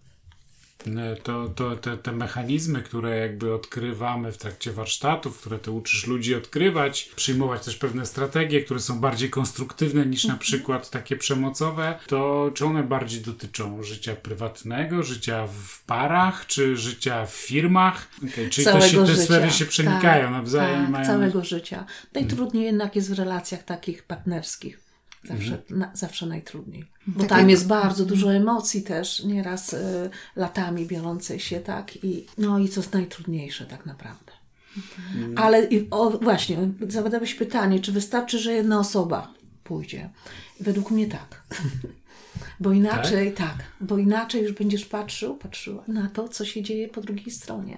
te mechanizmy, które jakby odkrywamy w trakcie warsztatów, które ty uczysz ludzi odkrywać, przyjmować też pewne strategie, które są bardziej konstruktywne niż na przykład takie przemocowe, to czy one bardziej dotyczą życia prywatnego, życia w parach, czy życia w firmach? Czyli te sfery się przenikają nawzajem. Tak, całego życia. Najtrudniej jednak jest w relacjach takich partnerskich. Zawsze najtrudniej. Bo tam jest bardzo dużo emocji też, nieraz latami biorącej się, tak? I co jest najtrudniejsze tak naprawdę. Ale właśnie, zadałeś pytanie, czy wystarczy, że jedna osoba pójdzie? Według mnie tak. Bo inaczej już będziesz patrzyła na to, co się dzieje po drugiej stronie.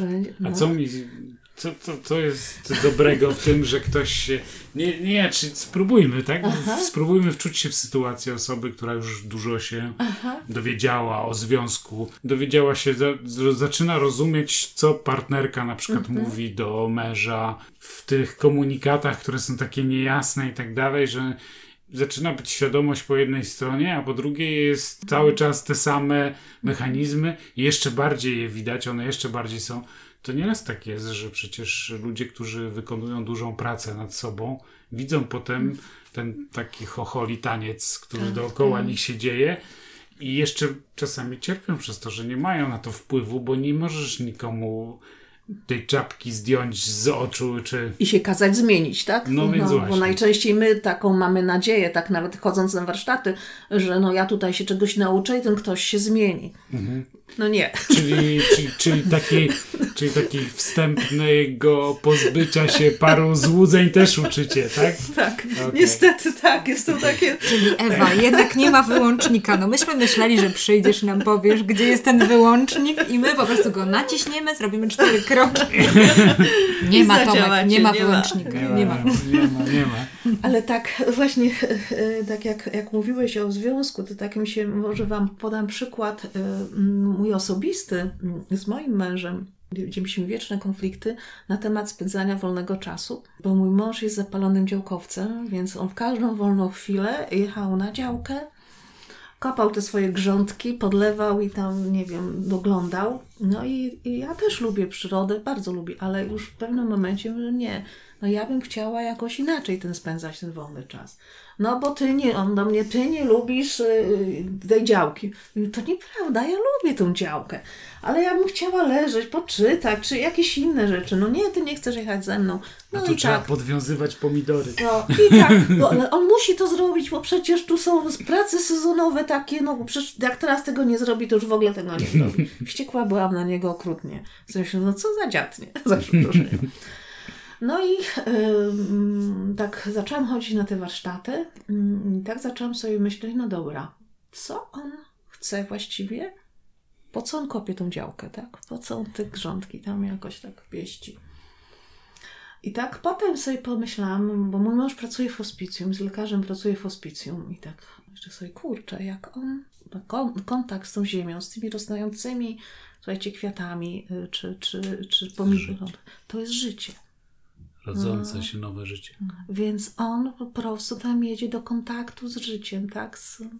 Co jest dobrego w tym, że ktoś się... czy spróbujmy, tak? Spróbujmy wczuć się w sytuację osoby, która już dużo się dowiedziała o związku. Dowiedziała się, zaczyna rozumieć, co partnerka na przykład mówi do męża w tych komunikatach, które są takie niejasne i tak dalej, że zaczyna być świadomość po jednej stronie, a po drugiej jest cały czas te same mechanizmy i jeszcze bardziej je widać, one jeszcze bardziej są. To nieraz tak jest, że przecież ludzie, którzy wykonują dużą pracę nad sobą, widzą potem ten taki chocholi taniec, który dookoła nich się dzieje i jeszcze czasami cierpią przez to, że nie mają na to wpływu, bo nie możesz nikomu tej czapki zdjąć z oczu, czy... I się kazać zmienić, tak? No więc właśnie. Bo najczęściej my taką mamy nadzieję, tak nawet chodząc na warsztaty, że ja tutaj się czegoś nauczę i ten ktoś się zmieni. No nie. Czyli takiej wstępnego pozbycia się paru złudzeń też uczycie, tak? Tak, okay. Niestety tak, jest to takie... Czyli Ewa, jednak nie ma wyłącznika. No myśmy myśleli, że przyjdziesz i nam powiesz, gdzie jest ten wyłącznik i my po prostu go naciśniemy, zrobimy 4 kroki. Nie ma, Tomek, nie ma wyłącznika. Nie ma. Ale tak właśnie, tak jak mówiłeś o związku, to tak mi się, może wam podam przykład mój osobisty z moim mężem, gdzie mieliśmy wieczne konflikty na temat spędzania wolnego czasu, bo mój mąż jest zapalonym działkowcem, więc on w każdą wolną chwilę jechał na działkę, kopał te swoje grządki, podlewał i tam, nie wiem, doglądał. No i ja też lubię przyrodę, bardzo lubię, ale już w pewnym momencie mówię, nie, ja bym chciała jakoś inaczej spędzać ten wolny czas. No bo on do mnie, ty nie lubisz tej działki. To nieprawda, ja lubię tą działkę, ale ja bym chciała leżeć, poczytać, czy jakieś inne rzeczy. No nie, ty nie chcesz jechać ze mną. No tu trzeba podwiązywać pomidory. No i tak, ale on musi to zrobić, bo przecież tu są prace sezonowe takie, no przecież jak teraz tego nie zrobi, to już w ogóle tego nie zrobi. Wściekła byłam na niego okrutnie. No co za dziad, nie? Za przeproszeniem. No i tak zaczęłam chodzić na te warsztaty i tak zaczęłam sobie myśleć, no dobra, co on chce właściwie? Po co on kopie tą działkę, tak? Po co on te grządki tam jakoś tak pieści? I tak potem sobie pomyślałam, bo mój mąż pracuje w hospicjum, z lekarzem pracuje w hospicjum i tak myślę sobie, kurczę, jak on ma kontakt z tą ziemią, z tymi rosnącymi, słuchajcie, kwiatami czy pomidorami, to jest życie. Rodzące się nowe życie. Więc on po prostu tam jedzie do kontaktu z życiem, tak?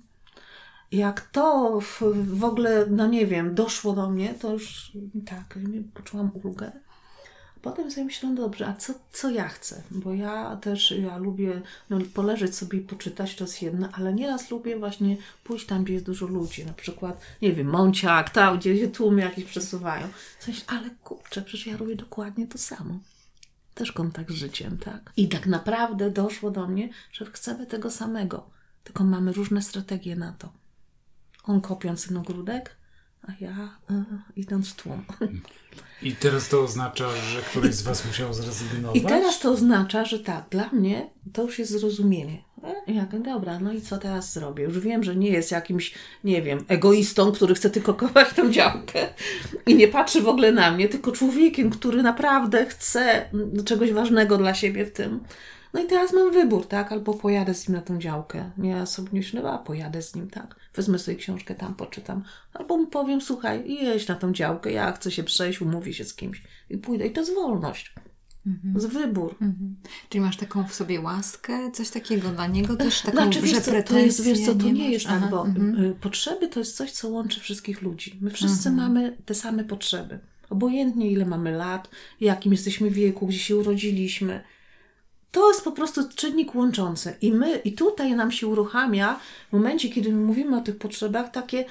Jak to w ogóle, no nie wiem, doszło do mnie, to już tak, poczułam ulgę. potem sobie myślę, dobrze, a co ja chcę? Bo ja lubię poleżeć sobie i poczytać, to jest jedno, ale nieraz lubię właśnie pójść tam, gdzie jest dużo ludzi, na przykład, nie wiem, Mąciak, tam, gdzie się tłumy jakieś przesuwają. Ale kurczę, przecież ja robię dokładnie to samo. Też kontakt z życiem, tak? I tak naprawdę doszło do mnie, że chcemy tego samego, tylko mamy różne strategie na to. On kopiąc ten ogródek, a ja idąc w tłum. I teraz to oznacza, że któryś z was musiał zrezygnować? I teraz to oznacza, że tak, dla mnie to już jest zrozumienie. Dobra, no i co teraz zrobię? Już wiem, że nie jest jakimś, nie wiem, egoistą, który chce tylko kopać tę działkę i nie patrzy w ogóle na mnie, tylko człowiekiem, który naprawdę chce czegoś ważnego dla siebie w tym. No i teraz mam wybór, tak? Albo pojadę z nim na tą działkę. Ja sobie myślę, a pojadę z nim, tak? Wezmę sobie książkę, tam poczytam. Albo mu powiem, słuchaj, jedź na tą działkę, ja chcę się przejść, umówię się z kimś i pójdę. I to jest wolność. To jest wybór. Czyli masz taką w sobie łaskę, coś takiego dla niego też, taką pretensję? To nie jest tak, bo potrzeby to jest coś, co łączy wszystkich ludzi. My wszyscy mamy te same potrzeby. Obojętnie ile mamy lat, jakim jesteśmy wieku, gdzie się urodziliśmy. To jest po prostu czynnik łączący. I tutaj nam się uruchamia w momencie, kiedy my mówimy o tych potrzebach, takie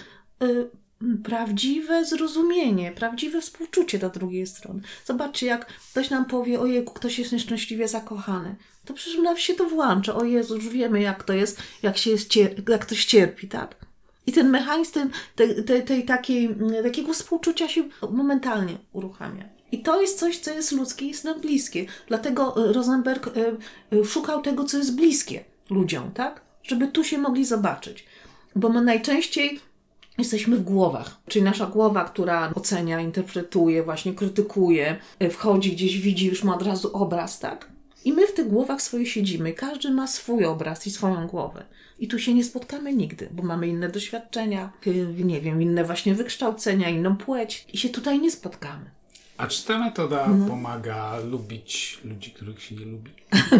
prawdziwe zrozumienie, prawdziwe współczucie do drugiej strony. Zobaczcie, jak ktoś nam powie, ojejku, ktoś jest nieszczęśliwie zakochany. To przecież nam się to włącza. O Jezu, już wiemy, jak to jest, jak ktoś cierpi, tak? I ten mechanizm takiego współczucia się momentalnie uruchamia. I to jest coś, co jest ludzkie, jest nam bliskie. Dlatego Rosenberg szukał tego, co jest bliskie ludziom, tak? Żeby tu się mogli zobaczyć. Bo my najczęściej jesteśmy w głowach. Czyli nasza głowa, która ocenia, interpretuje, właśnie krytykuje, wchodzi gdzieś, widzi, już ma od razu obraz, tak? I my w tych głowach swoich siedzimy. Każdy ma swój obraz i swoją głowę. I tu się nie spotkamy nigdy, bo mamy inne doświadczenia, nie wiem, inne właśnie wykształcenia, inną płeć. I się tutaj nie spotkamy. A czy ta metoda pomaga lubić ludzi, których się nie lubi?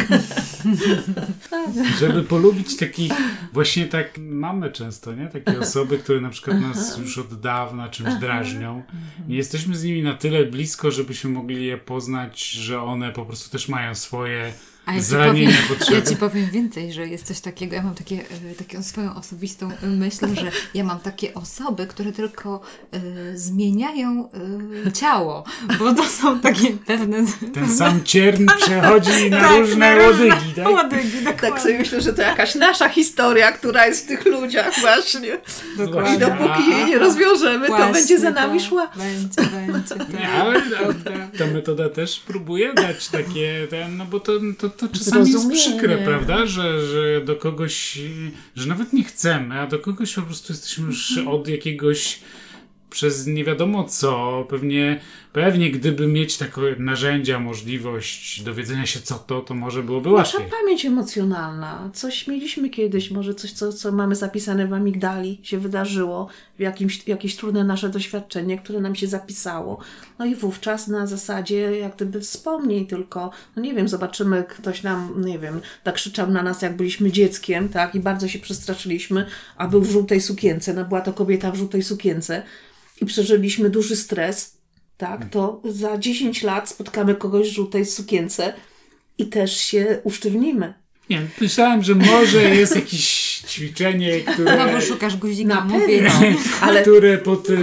Żeby polubić takich, właśnie tak mamy często, nie? Takie osoby, które na przykład nas już od dawna czymś drażnią. Nie jesteśmy z nimi na tyle blisko, żebyśmy mogli je poznać, że one po prostu też mają swoje zranienia, potrzeby. Ja ci powiem więcej, że jest coś takiego, ja mam taką swoją osobistą myśl, że ja mam takie osoby, które tylko zmieniają ciało, bo to są takie pewne... Ten sam ciern przechodzi na różne łodygi, tak? Łodygi, tak sobie myślę, że to jakaś nasza historia, która jest w tych ludziach właśnie. Dokładnie. I dopóki jej nie rozwiążemy, to będzie za nami szła. Będzie. Tak. Nie, ale ta metoda też próbuje dać takie, no bo to czasami jest przykre, prawda? Że do kogoś, że nawet nie chcemy, a do kogoś po prostu jesteśmy już od jakiegoś przez nie wiadomo co, pewnie gdyby mieć takie narzędzia, możliwość dowiedzenia się co to może byłoby łatwiej. Nasza pamięć emocjonalna. Coś mieliśmy kiedyś, może coś, co mamy zapisane w amigdali, się wydarzyło, jakieś trudne nasze doświadczenie, które nam się zapisało. No i wówczas na zasadzie jak gdyby wspomnień tylko, no nie wiem, zobaczymy, ktoś nam, nie wiem, tak krzyczał na nas, jak byliśmy dzieckiem, tak, i bardzo się przestraszyliśmy, a był w żółtej sukience, no była to kobieta w żółtej sukience i przeżyliśmy duży stres, tak, to za 10 lat spotkamy kogoś w żółtej sukience i też się usztywnimy. Nie, myślałem, że może jest jakieś ćwiczenie, które... No bo szukasz guzika, mówię, które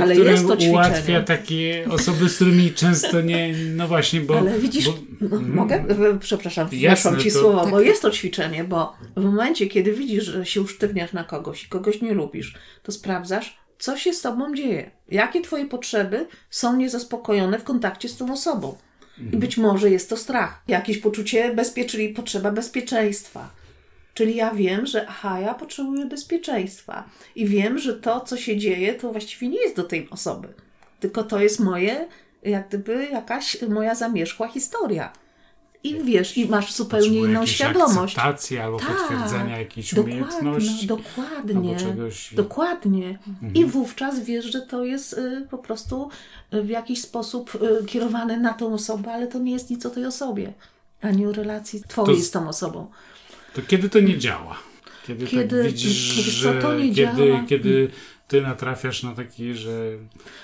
ułatwia takie osoby, z którymi często nie... No właśnie, bo... Ale widzisz, mogę? Przepraszam, weszłam ci słowo, bo jest to ćwiczenie, bo w momencie, kiedy widzisz, że się usztywniasz na kogoś i kogoś nie lubisz, to sprawdzasz, co się z tobą dzieje. Jakie twoje potrzeby są niezaspokojone w kontakcie z tą osobą. I być może jest to strach. Jakieś poczucie czyli potrzeba bezpieczeństwa. Czyli ja wiem, że ja potrzebuję bezpieczeństwa. I wiem, że to, co się dzieje, to właściwie nie jest do tej osoby. Tylko to jest jak gdyby jakaś moja zamierzchła historia. I wiesz, i masz zupełnie inną świadomość. Akceptacji albo potwierdzenia jakiejś umiejętności. Dokładnie. Albo czegoś. Dokładnie. I wówczas wiesz, że to jest po prostu w jakiś sposób kierowane na tą osobę, ale to nie jest nic o tej osobie, ani o relacji twojej z tą osobą. To kiedy to nie działa? Kiedy tak widzisz, że to nie działa? Kiedy ty natrafiasz na taki, że...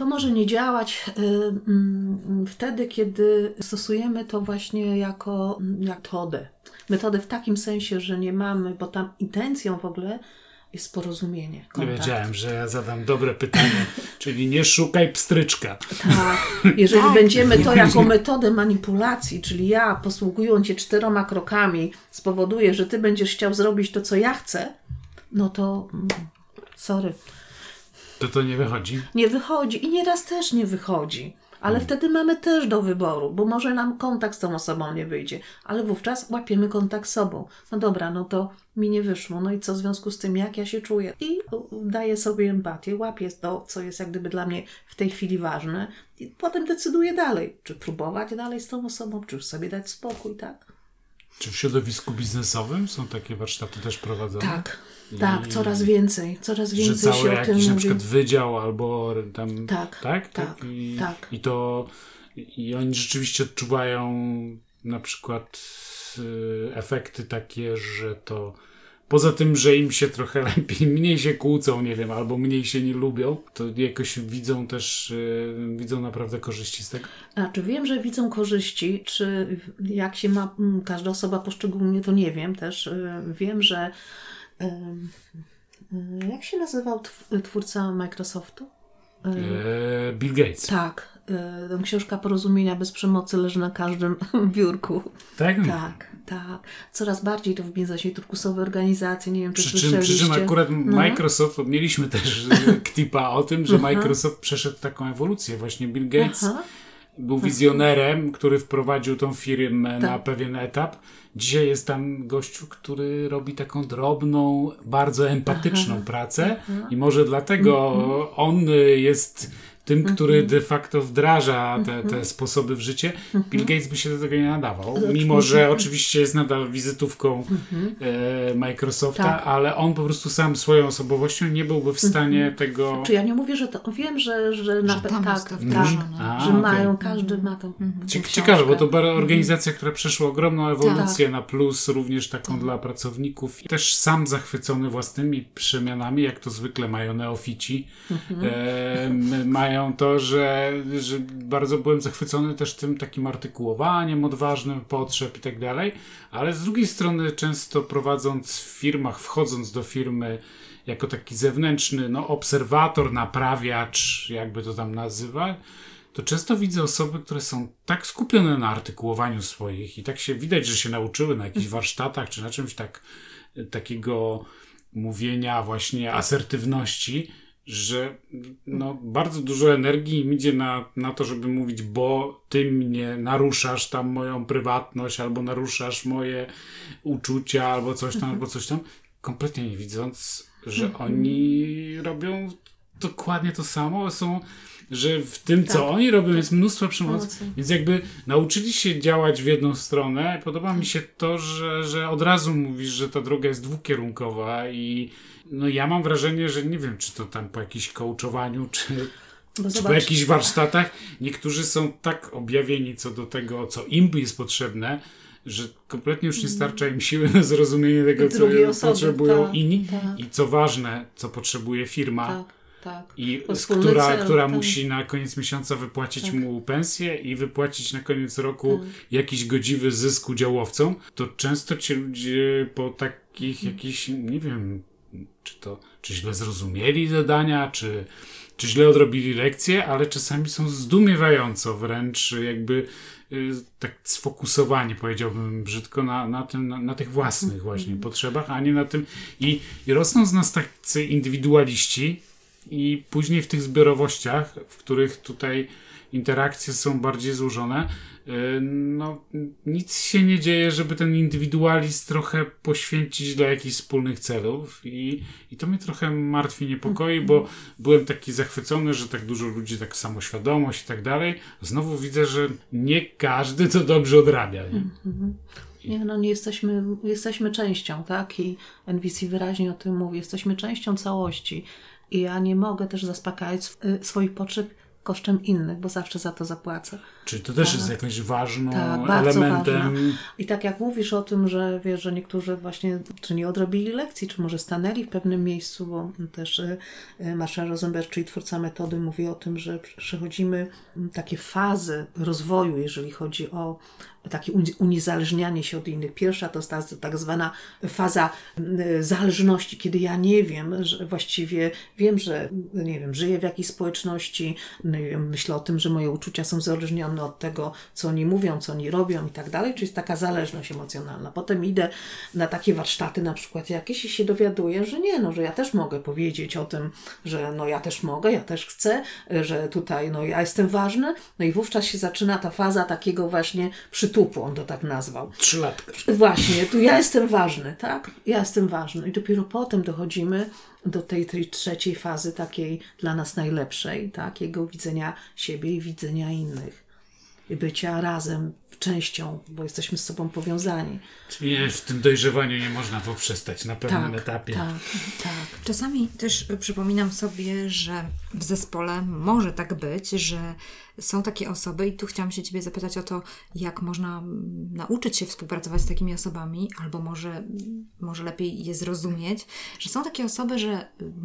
To może nie działać wtedy, kiedy stosujemy to właśnie jako metodę. Metodę w takim sensie, że nie mamy, bo tam intencją w ogóle jest porozumienie, kontakt. Wiedziałem, że ja zadam dobre pytanie, czyli nie szukaj pstryczka. Tak, jeżeli będziemy to jako metodę manipulacji, czyli ja posługując się 4 krokami spowoduję, że ty będziesz chciał zrobić to, co ja chcę, no to sorry. To nie wychodzi? Nie wychodzi i nieraz też nie wychodzi. Ale wtedy mamy też do wyboru, bo może nam kontakt z tą osobą nie wyjdzie, ale wówczas łapiemy kontakt z sobą. No dobra, no to mi nie wyszło, no i co w związku z tym, jak ja się czuję? I daję sobie empatię, łapię to, co jest jak gdyby dla mnie w tej chwili ważne i potem decyduję dalej, czy próbować dalej z tą osobą, czy już sobie dać spokój, tak? Czy w środowisku biznesowym są takie warsztaty też prowadzone? Tak, coraz więcej że cały się o tym jakiś mówi. na przykład wydział albo tam... Tak. I oni rzeczywiście odczuwają na przykład efekty takie, że to poza tym, że im się trochę lepiej, mniej się kłócą, nie wiem, albo mniej się nie lubią, to jakoś widzą naprawdę korzyści z tego? Znaczy wiem, że widzą korzyści, czy jak się ma każda osoba poszczególnie, to nie wiem też. Wiem, że jak się nazywał twórca Microsoftu? Bill Gates. Tak. Książka Porozumienia bez przemocy leży na każdym biurku. Tak? Tak. Coraz bardziej to w biznesie, turkusowe organizacje, nie wiem, czy słyszeliście. Przy czym akurat Microsoft, mieliśmy też ktipa o tym, że Microsoft przeszedł taką ewolucję. Właśnie Bill Gates był wizjonerem, który wprowadził tą firmę na pewien etap. Dzisiaj jest tam gościu, który robi taką drobną, bardzo empatyczną pracę i może dlatego on jest tym, który de facto wdraża te sposoby w życie. Bill Gates by się do tego nie nadawał, mimo że oczywiście jest nadal wizytówką Microsofta, ale on po prostu sam swoją osobowością nie byłby w stanie tego... Czy ja nie mówię, że to... Wiem, że mają, każdy ma to. Ciekawe, bo to organizacja, która przeszła ogromną ewolucję na plus, również taką dla pracowników. I też sam zachwycony własnymi przemianami, jak to zwykle mają neofici. Mają to, że bardzo byłem zachwycony też tym takim artykułowaniem odważnym potrzeb i tak dalej, ale z drugiej strony często prowadząc w firmach, wchodząc do firmy jako taki zewnętrzny obserwator, naprawiacz, jakby to tam nazywa, to często widzę osoby, które są tak skupione na artykułowaniu swoich i tak się widać, że się nauczyły na jakichś warsztatach czy na czymś takiego mówienia właśnie asertywności, że bardzo dużo energii im idzie na to, żeby mówić, bo ty mnie naruszasz tam moją prywatność, albo naruszasz moje uczucia, albo coś tam, kompletnie nie widząc, że oni robią dokładnie to samo, że w tym, co oni robią, jest mnóstwo przemocy. Więc jakby nauczyli się działać w jedną stronę. Podoba mi się to, że od razu mówisz, że ta droga jest dwukierunkowa i ja mam wrażenie, że nie wiem, czy to tam po jakimś coachowaniu, czy po jakichś warsztatach, niektórzy są tak objawieni co do tego, co im jest potrzebne, że kompletnie już nie starcza im siły na zrozumienie tego, co potrzebują inni i co ważne, co potrzebuje firma. I która musi na koniec miesiąca wypłacić mu pensję i wypłacić na koniec roku jakiś godziwy zysk udziałowcom, to często ci ludzie po takich jakichś, nie wiem, czy źle zrozumieli zadania, czy źle odrobili lekcje, ale czasami są zdumiewająco wręcz jakby tak sfokusowani, powiedziałbym brzydko, na tych własnych właśnie potrzebach, a nie na tym i rosną z nas tacy indywidualiści i później w tych zbiorowościach, w których tutaj interakcje są bardziej złożone, nic się nie dzieje, żeby ten indywidualizm trochę poświęcić dla jakichś wspólnych celów i to mnie trochę martwi, niepokoi, bo byłem taki zachwycony, że tak dużo ludzi, tak samoświadomość i tak dalej. Znowu widzę, że nie każdy to dobrze odrabia. Nie, jesteśmy częścią, tak? I NVC wyraźnie o tym mówi. Jesteśmy częścią całości. I ja nie mogę też zaspokajać swoich potrzeb kosztem innych, bo zawsze za to zapłacę. Czyli to też jest jakimś ważnym elementem. Ważna. I tak jak mówisz o tym, że wiesz, że niektórzy właśnie czy nie odrobili lekcji, czy może stanęli w pewnym miejscu, bo też Marshall Rosenberg, czyli twórca metody, mówi o tym, że przechodzimy takie fazy rozwoju, jeżeli chodzi o takie uniezależnianie się od innych. Pierwsza to jest tak zwana faza zależności, kiedy ja nie wiem, że właściwie wiem, że nie wiem, żyję w jakiejś społeczności, nie wiem, myślę o tym, że moje uczucia są uzależnione od tego, co oni mówią, co oni robią i tak dalej, czyli jest taka zależność emocjonalna. Potem idę na takie warsztaty na przykład jakieś i się dowiaduję, że nie, no, że ja też mogę powiedzieć o tym, że no ja też mogę, ja też chcę, że tutaj no ja jestem ważny, no i wówczas się zaczyna ta faza takiego właśnie przytupu, on to tak nazwał. 3-latka. Właśnie, tu ja jestem ważny, tak? Ja jestem ważny. I dopiero potem dochodzimy do tej trzeciej fazy, takiej dla nas najlepszej, takiego widzenia siebie i widzenia innych. I bycia razem, częścią, bo jesteśmy z sobą powiązani. Czyli w tym dojrzewaniu nie można poprzestać na pewnym etapie. Tak. Czasami też przypominam sobie, że w zespole może tak być, że są takie osoby i tu chciałam się Ciebie zapytać o to, jak można nauczyć się współpracować z takimi osobami, albo może lepiej je zrozumieć, że są takie osoby, że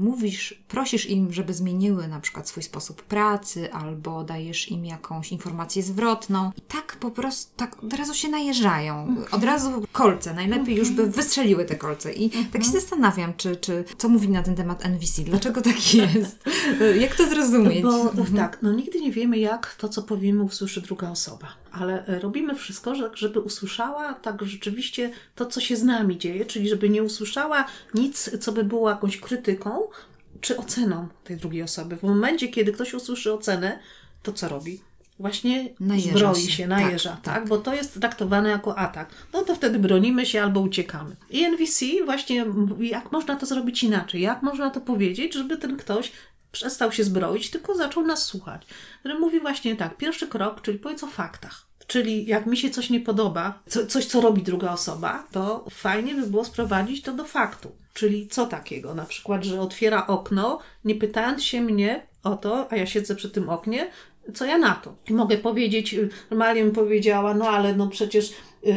prosisz im, żeby zmieniły na przykład swój sposób pracy, albo dajesz im jakąś informację zwrotną i tak po prostu tak od razu się najeżdżają. Od razu kolce. Najlepiej już by wystrzeliły te kolce. I tak się zastanawiam, czy co mówi na ten temat NVC? Dlaczego tak jest? Jak to zrozumieć? Bo tak, no nigdy nie wiemy, jak to, co powiemy, usłyszy druga osoba. Ale robimy wszystko, żeby usłyszała tak rzeczywiście to, co się z nami dzieje, czyli żeby nie usłyszała nic, co by było jakąś krytyką czy oceną tej drugiej osoby. W momencie, kiedy ktoś usłyszy ocenę, to co robi? Właśnie zbroi się, najeża, tak? Bo to jest traktowane jako atak. No to wtedy bronimy się albo uciekamy. I NVC właśnie, jak można to zrobić inaczej? Jak można to powiedzieć, żeby ten ktoś przestał się zbroić, tylko zaczął nas słuchać. Który mówi właśnie tak, pierwszy krok, czyli powiedz o faktach. Czyli jak mi się coś nie podoba, coś co robi druga osoba, to fajnie by było sprowadzić to do faktu. Czyli co takiego? Na przykład, że otwiera okno, nie pytając się mnie o to, a ja siedzę przy tym oknie, co ja na to? I mogę powiedzieć, normalnie bym powiedziała, no ale no przecież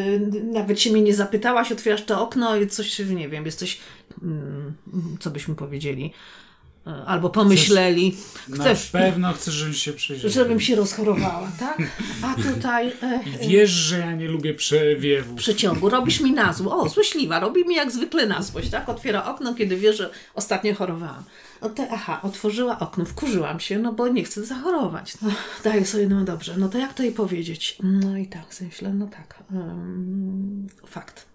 nawet się mnie nie zapytałaś, otwierasz to okno i coś, nie wiem, jesteś, co byśmy powiedzieli, albo pomyśleli. Na pewno chcesz, żebym się przyjrzał. Żebym się rozchorowała, tak? A tutaj... Wiesz, że ja nie lubię przewiewów. Przeciągu. Robisz mi na zło. O, złośliwa. Robi mi jak zwykle na złość, tak? Otwiera okno, kiedy wie, że ostatnio chorowałam. No to, otworzyła okno, wkurzyłam się, no bo nie chcę zachorować. No, daję sobie, no dobrze, no to jak to jej powiedzieć? No i tak, sobie myślę, no tak. Fakt.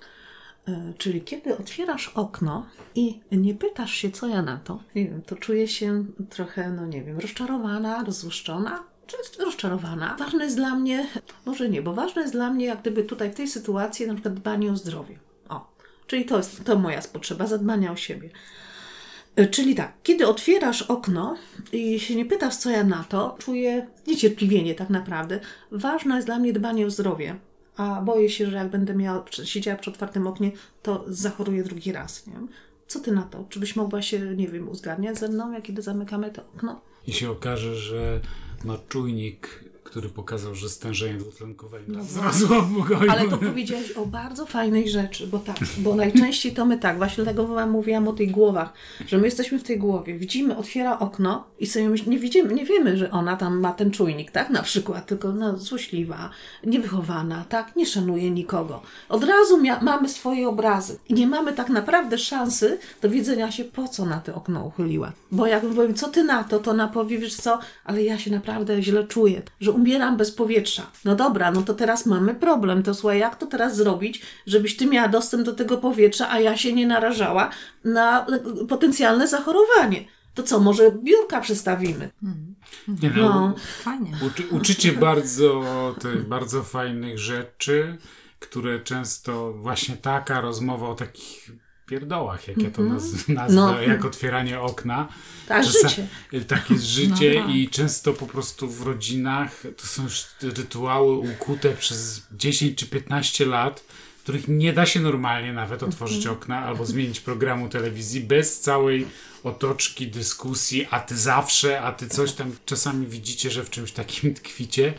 Czyli kiedy otwierasz okno i nie pytasz się, co ja na to, nie wiem, to czuję się trochę, no nie wiem, rozczarowana, rozłuszczona, czy rozczarowana. Ważne jest dla mnie, może nie, bo ważne jest dla mnie, jak gdyby tutaj w tej sytuacji na przykład dbanie o zdrowie. Czyli to moja potrzeba, zadbania o siebie. Czyli tak, kiedy otwierasz okno i się nie pytasz, co ja na to, czuję niecierpliwienie tak naprawdę. Ważne jest dla mnie dbanie o zdrowie. A boję się, że jak będę siedziała przy otwartym oknie, to zachoruję drugi raz. Nie wiem. Co ty na to? Czy byś mogła się, nie wiem, uzgadniać ze mną, jak kiedy zamykamy to okno? I się okaże, że ma czujnik, który pokazał, że stężenie dwutlenkowego wzrosło w pokoju. Ale to powiedziałeś o bardzo fajnej rzeczy, bo najczęściej to my tak, właśnie dlatego wam mówiłam o tych głowach, że my jesteśmy w tej głowie, widzimy, otwiera okno i sobie nie wiemy, że ona tam ma ten czujnik, tak, na przykład, tylko złośliwa, niewychowana, tak, nie szanuje nikogo. Od razu mamy swoje obrazy i nie mamy tak naprawdę szansy do widzenia się, po co na to okno uchyliła. Bo jak powiem, co ty na to ona powie, wiesz co, ale ja się naprawdę źle czuję, że umieram bez powietrza. No dobra, no to teraz mamy problem. To słuchaj, jak to teraz zrobić, żebyś ty miała dostęp do tego powietrza, a ja się nie narażała na potencjalne zachorowanie. To co, może biurka przestawimy? Nie, fajnie. Uczycie bardzo fajnych rzeczy, które często właśnie taka rozmowa o takich pierdołach, jak ja to nazwę, jak otwieranie okna. Tak, życie. Tak jest życie i często po prostu w rodzinach to są już rytuały ukute przez 10 czy 15 lat, których nie da się normalnie nawet otworzyć okna albo zmienić programu telewizji bez całej otoczki, dyskusji, a ty zawsze, a ty coś tam. Czasami widzicie, że w czymś takim tkwicie.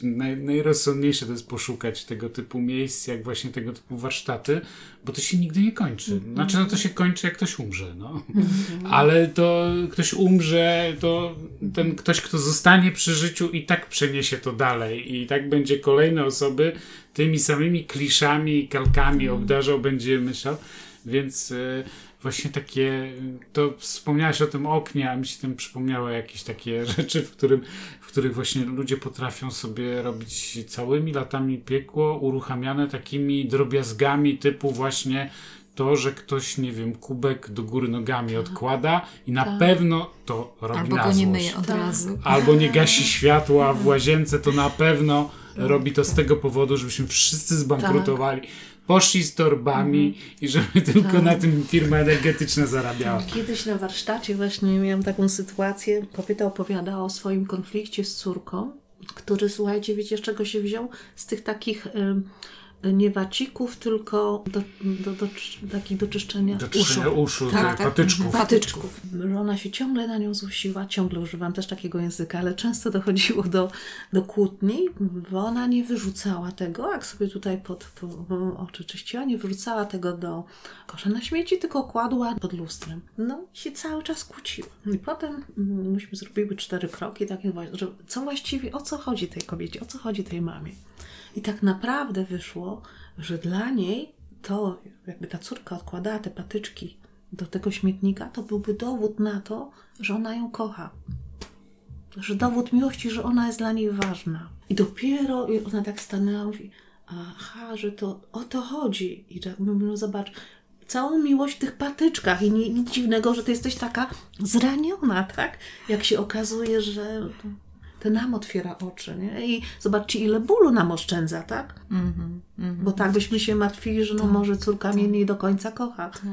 najrozsądniejsze to jest poszukać tego typu miejsc, jak właśnie tego typu warsztaty, bo to się nigdy nie kończy. Znaczy, no to się kończy, jak ktoś umrze, no. Ale to ktoś umrze, to ten ktoś, kto zostanie przy życiu i tak przeniesie to dalej i tak będzie kolejne osoby tymi samymi kliszami i kalkami obdarzał, będzie myślał, więc właśnie takie, to wspomniałeś o tym oknie, a mi się tym przypomniały jakieś takie rzeczy, w których właśnie ludzie potrafią sobie robić całymi latami piekło, uruchamiane takimi drobiazgami typu właśnie to, że ktoś, nie wiem, kubek do góry nogami odkłada i na pewno to robi albo na go nie złość. myje od razu. Albo nie gasi światła w łazience, to na pewno robi to z tego powodu, żebyśmy wszyscy zbankrutowali. Poszli z torbami i żeby tylko na tym firma energetyczna zarabiała. Kiedyś na warsztacie właśnie miałam taką sytuację. Kobieta opowiadała o swoim konflikcie z córką, który, słuchajcie, wiecie, z czego się wziął? Z tych takich nie wacików, tylko takich do czyszczenia uszu, patyczków. Patyczków. Ona się ciągle na nią złościła, ciągle używam też takiego języka, ale często dochodziło do kłótni, bo ona nie wyrzucała tego, jak sobie tutaj oczy czyściła, nie wyrzucała tego do kosza na śmieci, tylko kładła pod lustrem. No i się cały czas kłóciła. I potem myśmy zrobiły 4 kroki, takie, że co właściwie, o co chodzi tej kobiecie, o co chodzi tej mamie. I tak naprawdę wyszło, że dla niej to, jakby ta córka odkładała te patyczki do tego śmietnika, to byłby dowód na to, że ona ją kocha. Że dowód miłości, że ona jest dla niej ważna. I dopiero ona tak stanęła i mówi, aha, że to o to chodzi. I tak mówię, no zobacz, całą miłość w tych patyczkach i nic dziwnego, że ty jesteś taka zraniona, tak? Jak się okazuje, że to nam otwiera oczy, nie? I zobaczcie, ile bólu nam oszczędza, tak? Bo tak byśmy się martwili, że może córka mnie nie do końca kocha. Tak.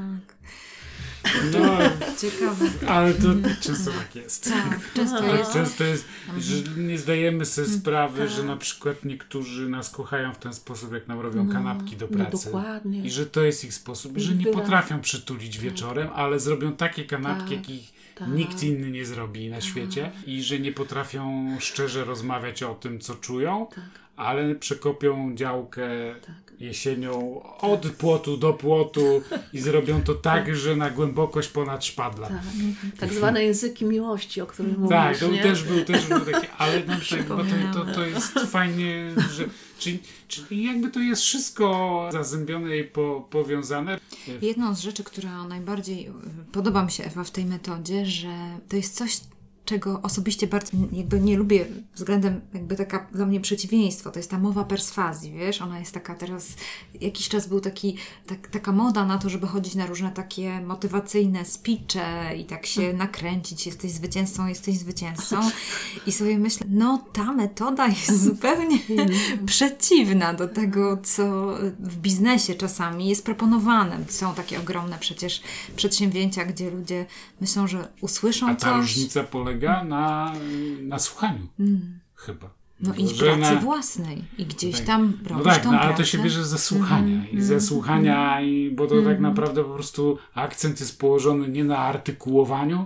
No, ciekawe. Ale to często tak jest. Tak, często jest, że nie zdajemy sobie sprawy, że na przykład niektórzy nas kochają w ten sposób, jak nam robią kanapki do pracy. Dokładnie. I że to jest ich sposób, i że nie potrafią przytulić wieczorem, ale zrobią takie kanapki, jakich nikt inny nie zrobi na świecie i że nie potrafią szczerze rozmawiać o tym, co czują, ale przekopią działkę jesienią od płotu do płotu i zrobią to tak, że na głębokość ponad szpadla. Tak zwane języki miłości, o których mówisz. Tak, to też był taki, ale no, bo to jest fajnie, że czyli jakby to jest wszystko zazębione i powiązane. Jedną z rzeczy, która najbardziej podoba mi się, Ewa, w tej metodzie, że to jest coś, czego osobiście bardzo jakby nie lubię względem jakby taka dla mnie przeciwieństwo. To jest ta mowa perswazji, wiesz? Ona jest taka teraz, jakiś czas był taka moda na to, żeby chodzić na różne takie motywacyjne speeche i tak się nakręcić. Jesteś zwycięzcą. I sobie myślę, no ta metoda jest zupełnie przeciwna do tego, co w biznesie czasami jest proponowane. Są takie ogromne przecież przedsięwzięcia, gdzie ludzie myślą, że usłyszą coś. A ta różnica polega na słuchaniu. Chyba. No i pracy własnej. I gdzieś tam robisz tą pracę. Ale to się bierze ze słuchania. I ze słuchania, bo to tak naprawdę po prostu akcent jest położony nie na artykułowaniu,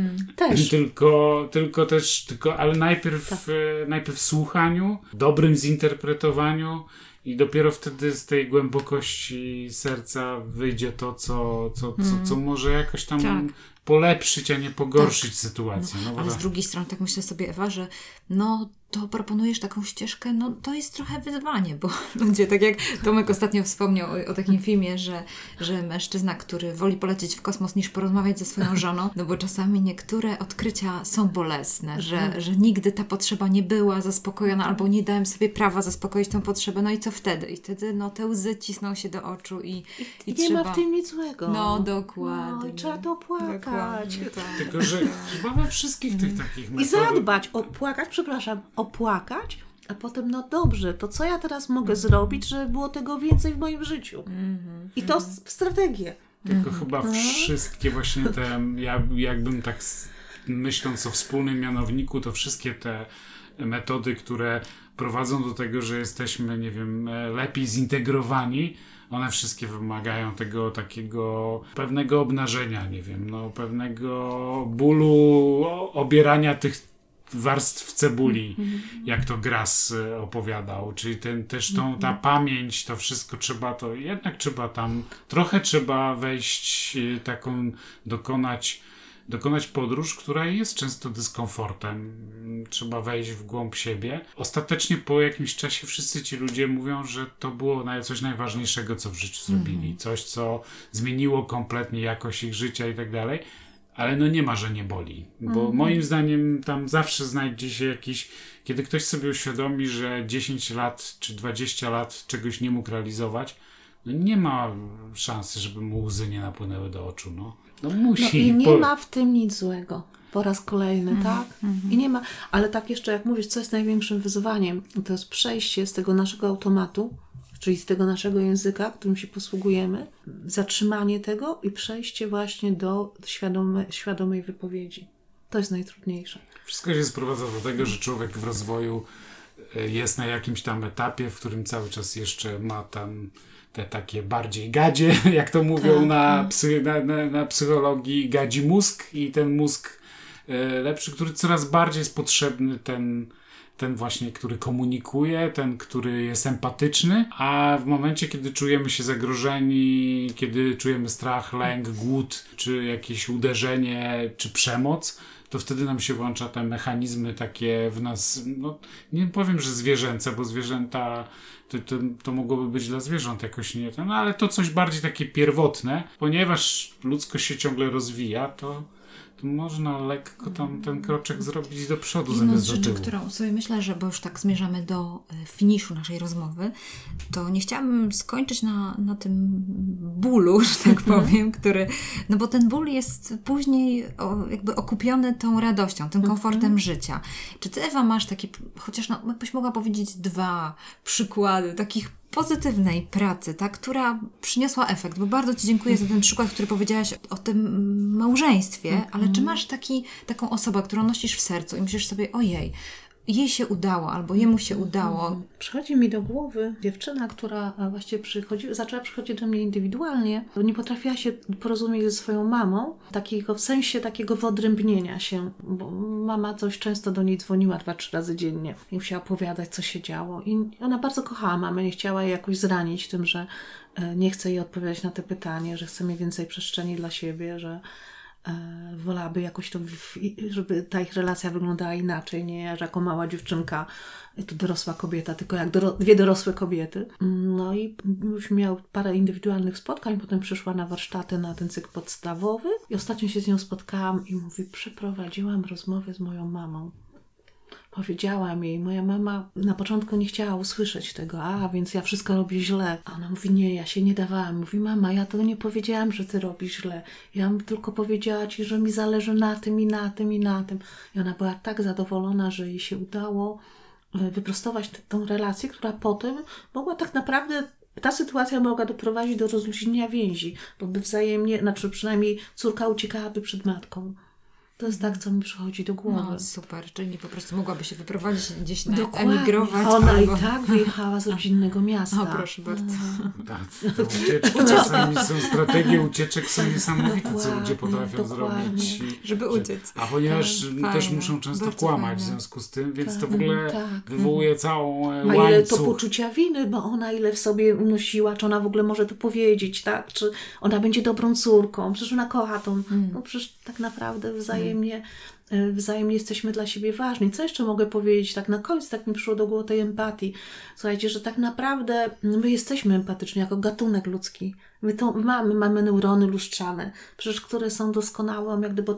ale najpierw słuchaniu, dobrym zinterpretowaniu i dopiero wtedy z tej głębokości serca wyjdzie to, co może jakoś tam polepszyć, a nie pogorszyć sytuację. Ale z drugiej strony tak myślę sobie, Ewa, że to proponujesz taką ścieżkę, to jest trochę wyzwanie, bo ludzie, tak jak Tomek ostatnio wspomniał o takim filmie, że mężczyzna, który woli polecieć w kosmos niż porozmawiać ze swoją żoną, bo czasami niektóre odkrycia są bolesne, że nigdy ta potrzeba nie była zaspokojona, albo nie dałem sobie prawa zaspokoić tę potrzebę, no i co wtedy? I wtedy te łzy cisną się do oczu i nie trzeba... ma w tym nic złego. No, dokładnie. Trzeba to opłakać. Tylko, że chyba we wszystkich tych takich metodach... I zadbać, opłakać, a potem, no dobrze, to co ja teraz mogę zrobić, żeby było tego więcej w moim życiu? I to strategię. Tylko chyba wszystkie właśnie te, jakbym tak myśląc o wspólnym mianowniku, to wszystkie te metody, które prowadzą do tego, że jesteśmy, nie wiem, lepiej zintegrowani, one wszystkie wymagają tego takiego pewnego obnażenia, nie wiem, pewnego bólu, obierania tych warstw cebuli, jak to Grass opowiadał, czyli ta pamięć, to wszystko trzeba tam, trochę trzeba wejść dokonać podróż, która jest często dyskomfortem. Trzeba wejść w głąb siebie. Ostatecznie po jakimś czasie wszyscy ci ludzie mówią, że to było coś najważniejszego, co w życiu zrobili. Coś, co zmieniło kompletnie jakość ich życia i tak dalej. Ale nie ma, że nie boli. Bo moim zdaniem tam zawsze znajdzie się kiedy ktoś sobie uświadomi, że 10 lat czy 20 lat czegoś nie mógł realizować, nie ma szansy, żeby mu łzy nie napłynęły do oczu. Musi. I nie ma w tym nic złego. Po raz kolejny, tak? I nie ma, ale tak jeszcze jak mówisz, co jest największym wyzwaniem, to jest przejście z tego naszego automatu, czyli z tego naszego języka, którym się posługujemy, zatrzymanie tego i przejście właśnie do świadomej wypowiedzi. To jest najtrudniejsze. Wszystko się sprowadza do tego, że człowiek w rozwoju jest na jakimś tam etapie, w którym cały czas jeszcze ma tam te takie bardziej gadzie, jak to mówią na psychologii, gadzi mózg i ten mózg lepszy, który coraz bardziej jest potrzebny, ten właśnie, który komunikuje, ten, który jest empatyczny, a w momencie, kiedy czujemy się zagrożeni, kiedy czujemy strach, lęk, głód, czy jakieś uderzenie, czy przemoc, to wtedy nam się włącza te mechanizmy takie w nas, nie powiem, że zwierzęce, bo zwierzęta to mogłoby być dla zwierząt jakoś nie, ale to coś bardziej takie pierwotne, ponieważ ludzkość się ciągle rozwija, to można lekko tam ten kroczek zrobić do przodu zamiast do tyłu. Którą sobie myślę, że bo już tak zmierzamy do finiszu naszej rozmowy, to nie chciałabym skończyć na tym bólu, że tak powiem, który, bo ten ból jest później jakby okupiony tą radością, tym komfortem życia. Czy ty, Ewa, masz takie, chociaż jakbyś mogła powiedzieć 2 przykłady takich pozytywnej pracy, która przyniosła efekt, bo bardzo ci dziękuję za ten przykład, który powiedziałaś o tym małżeństwie, ale czy masz taką osobę, którą nosisz w sercu i myślisz sobie, ojej, jej się udało, albo jemu się udało. Przychodzi mi do głowy dziewczyna, która właśnie zaczęła przychodzić do mnie indywidualnie, nie potrafiła się porozumieć ze swoją mamą, w sensie takiego wyodrębnienia się, bo mama coś często do niej dzwoniła 2-3 razy dziennie i musiała opowiadać, co się działo. I ona bardzo kochała mamę, nie chciała jej jakoś zranić tym, że nie chce jej odpowiadać na te pytanie, że chce mieć więcej przestrzeni dla siebie, że wolałaby jakoś to, żeby ta ich relacja wyglądała inaczej, nie że jako mała dziewczynka, to dorosła kobieta, tylko jak 2 dorosłe kobiety. No i już miał parę indywidualnych spotkań, potem przyszła na warsztaty na ten cykl podstawowy i ostatnio się z nią spotkałam i mówi, przeprowadziłam rozmowę z moją mamą. Powiedziałam jej, moja mama na początku nie chciała usłyszeć tego, więc ja wszystko robię źle. A ona mówi, nie, ja się nie dawałam. Mówi, mama, ja to nie powiedziałam, że ty robisz źle. Ja tylko powiedziała ci, że mi zależy na tym i na tym i na tym. I ona była tak zadowolona, że jej się udało wyprostować tą relację, która potem mogła tak naprawdę, ta sytuacja mogła doprowadzić do rozluźnienia więzi, bo by wzajemnie, przynajmniej córka uciekałaby przed matką. To jest tak, co mi przychodzi do głowy. Super, czyli po prostu mogłaby się wyprowadzić gdzieś emigrować. Ona i tak wyjechała z rodzinnego miasta. O, proszę bardzo. Te ucieczki czasami strategie ucieczek są niesamowite, co ludzie potrafią zrobić. Żeby uciec. A ponieważ też muszą często kłamać w związku z tym, więc to w ogóle wywołuje całą łańcuch. A ile to poczucia winy, bo ona ile w sobie unosiła, czy ona w ogóle może to powiedzieć, tak? Czy ona będzie dobrą córką, przecież ona kocha tą. Przecież tak naprawdę wzajemnie jesteśmy dla siebie ważni. Co jeszcze mogę powiedzieć tak na końcu, tak mi przyszło do głowy tej empatii. Słuchajcie, że tak naprawdę my jesteśmy empatyczni jako gatunek ludzki. My to mamy neurony lustrzane, przecież które są doskonałe, jak gdyby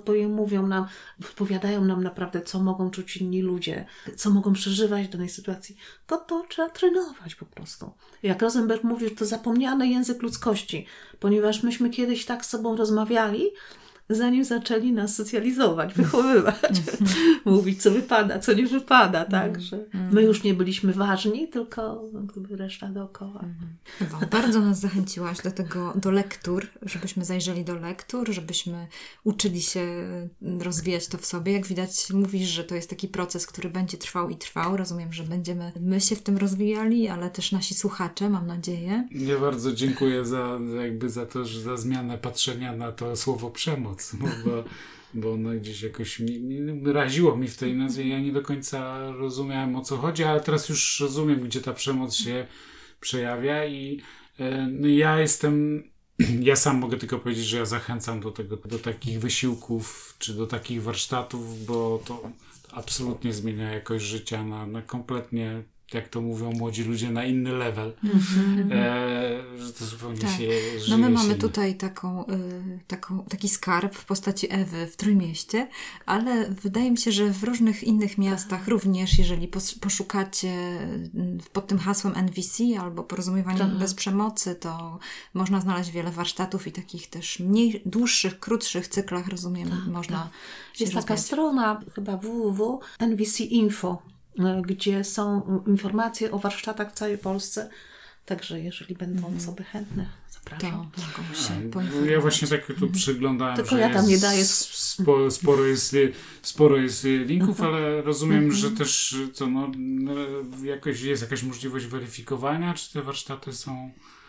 odpowiadają nam naprawdę, co mogą czuć inni ludzie, co mogą przeżywać w danej sytuacji. To trzeba trenować po prostu. Jak Rosenberg mówi, to zapomniany język ludzkości, ponieważ myśmy kiedyś tak z sobą rozmawiali, zanim zaczęli nas socjalizować, wychowywać, mówić, co wypada, co nie wypada, tak, że my już nie byliśmy ważni, tylko reszta dookoła. Bardzo nas zachęciłaś do lektur, żebyśmy zajrzeli do lektur, żebyśmy uczyli się rozwijać to w sobie. Jak widać, mówisz, że to jest taki proces, który będzie trwał i trwał. Rozumiem, że będziemy my się w tym rozwijali, ale też nasi słuchacze, mam nadzieję. Ja bardzo dziękuję za zmianę patrzenia na to słowo przemoc, bo bo ono gdzieś jakoś raziło mi w tej nazwie. Ja nie do końca rozumiałem, o co chodzi, ale teraz już rozumiem, gdzie ta przemoc się przejawia i ja sam mogę tylko powiedzieć, że ja zachęcam do takich wysiłków, czy do takich warsztatów, bo to absolutnie zmienia jakość życia na kompletnie, jak to mówią młodzi ludzie, na inny level. Że to zupełnie się żyje. No my mamy tutaj taki skarb w postaci Ewy w Trójmieście, ale wydaje mi się, że w różnych innych miastach również, jeżeli poszukacie pod tym hasłem NVC albo porozumiewanie bez przemocy, to można znaleźć wiele warsztatów i takich też dłuższych, krótszych cyklach, rozumiem, można się Jest taka strona chyba www.nvc.info, gdzie są informacje o warsztatach w całej Polsce. Także jeżeli będą osoby chętne, zapraszam. Ja właśnie tak tu przyglądałem, tylko że ja tam nie daję sporo jest linków, ale rozumiem, że też jest jakaś możliwość weryfikowania, czy te warsztaty są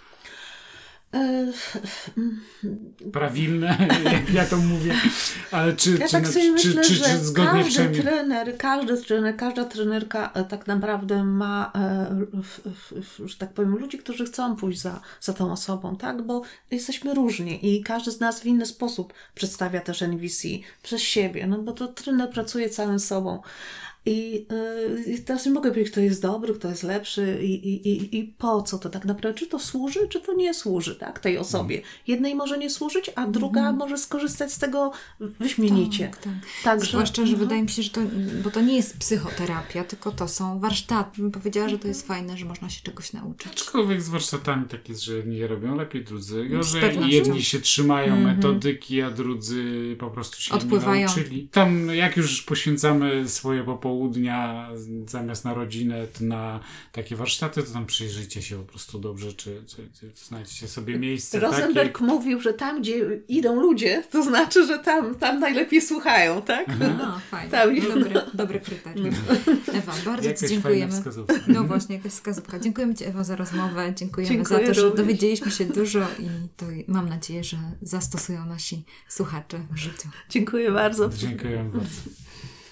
prawilne, jak ja to mówię, ale czy zgodnie każdy trener, każda trenerka tak naprawdę ma, że tak powiem, ludzi, którzy chcą pójść za tą osobą, tak? Bo jesteśmy różni i każdy z nas w inny sposób przedstawia też NVC przez siebie, no bo to trener pracuje całym sobą. I teraz nie mogę powiedzieć, kto jest dobry, kto jest lepszy i po co to tak naprawdę, czy to służy, czy to nie służy, tak, tej osobie. Jednej może nie służyć, a druga może skorzystać z tego wyśmienicie. Także, zwłaszcza, że wydaje mi się, że bo to nie jest psychoterapia, tylko to są warsztaty. Bym powiedziała, że to jest fajne, że można się czegoś nauczyć. Aczkolwiek z warsztatami tak jest, że jedni robią lepiej, drudzy gorzej. Jedni się trzymają metodyki, a drudzy po prostu się nie nauczyli. Tam jak już poświęcamy swoje popołudnia zamiast na rodzinę na takie warsztaty, to tam przyjrzyjcie się po prostu dobrze, czy znajdziecie sobie miejsce. Rosenberg mówił, że tam, gdzie idą ludzie, to znaczy, że tam najlepiej słuchają, tak? Fajnie. Dobre kryterium. Ewa, bardzo Ci dziękujemy. No właśnie, jakaś wskazówka. Dziękujemy Ci, Ewa, za rozmowę. Dziękuję za to, że dowiedzieliśmy się dużo i to mam nadzieję, że zastosują nasi słuchacze w życiu. Dziękuję bardzo. Dziękuję bardzo.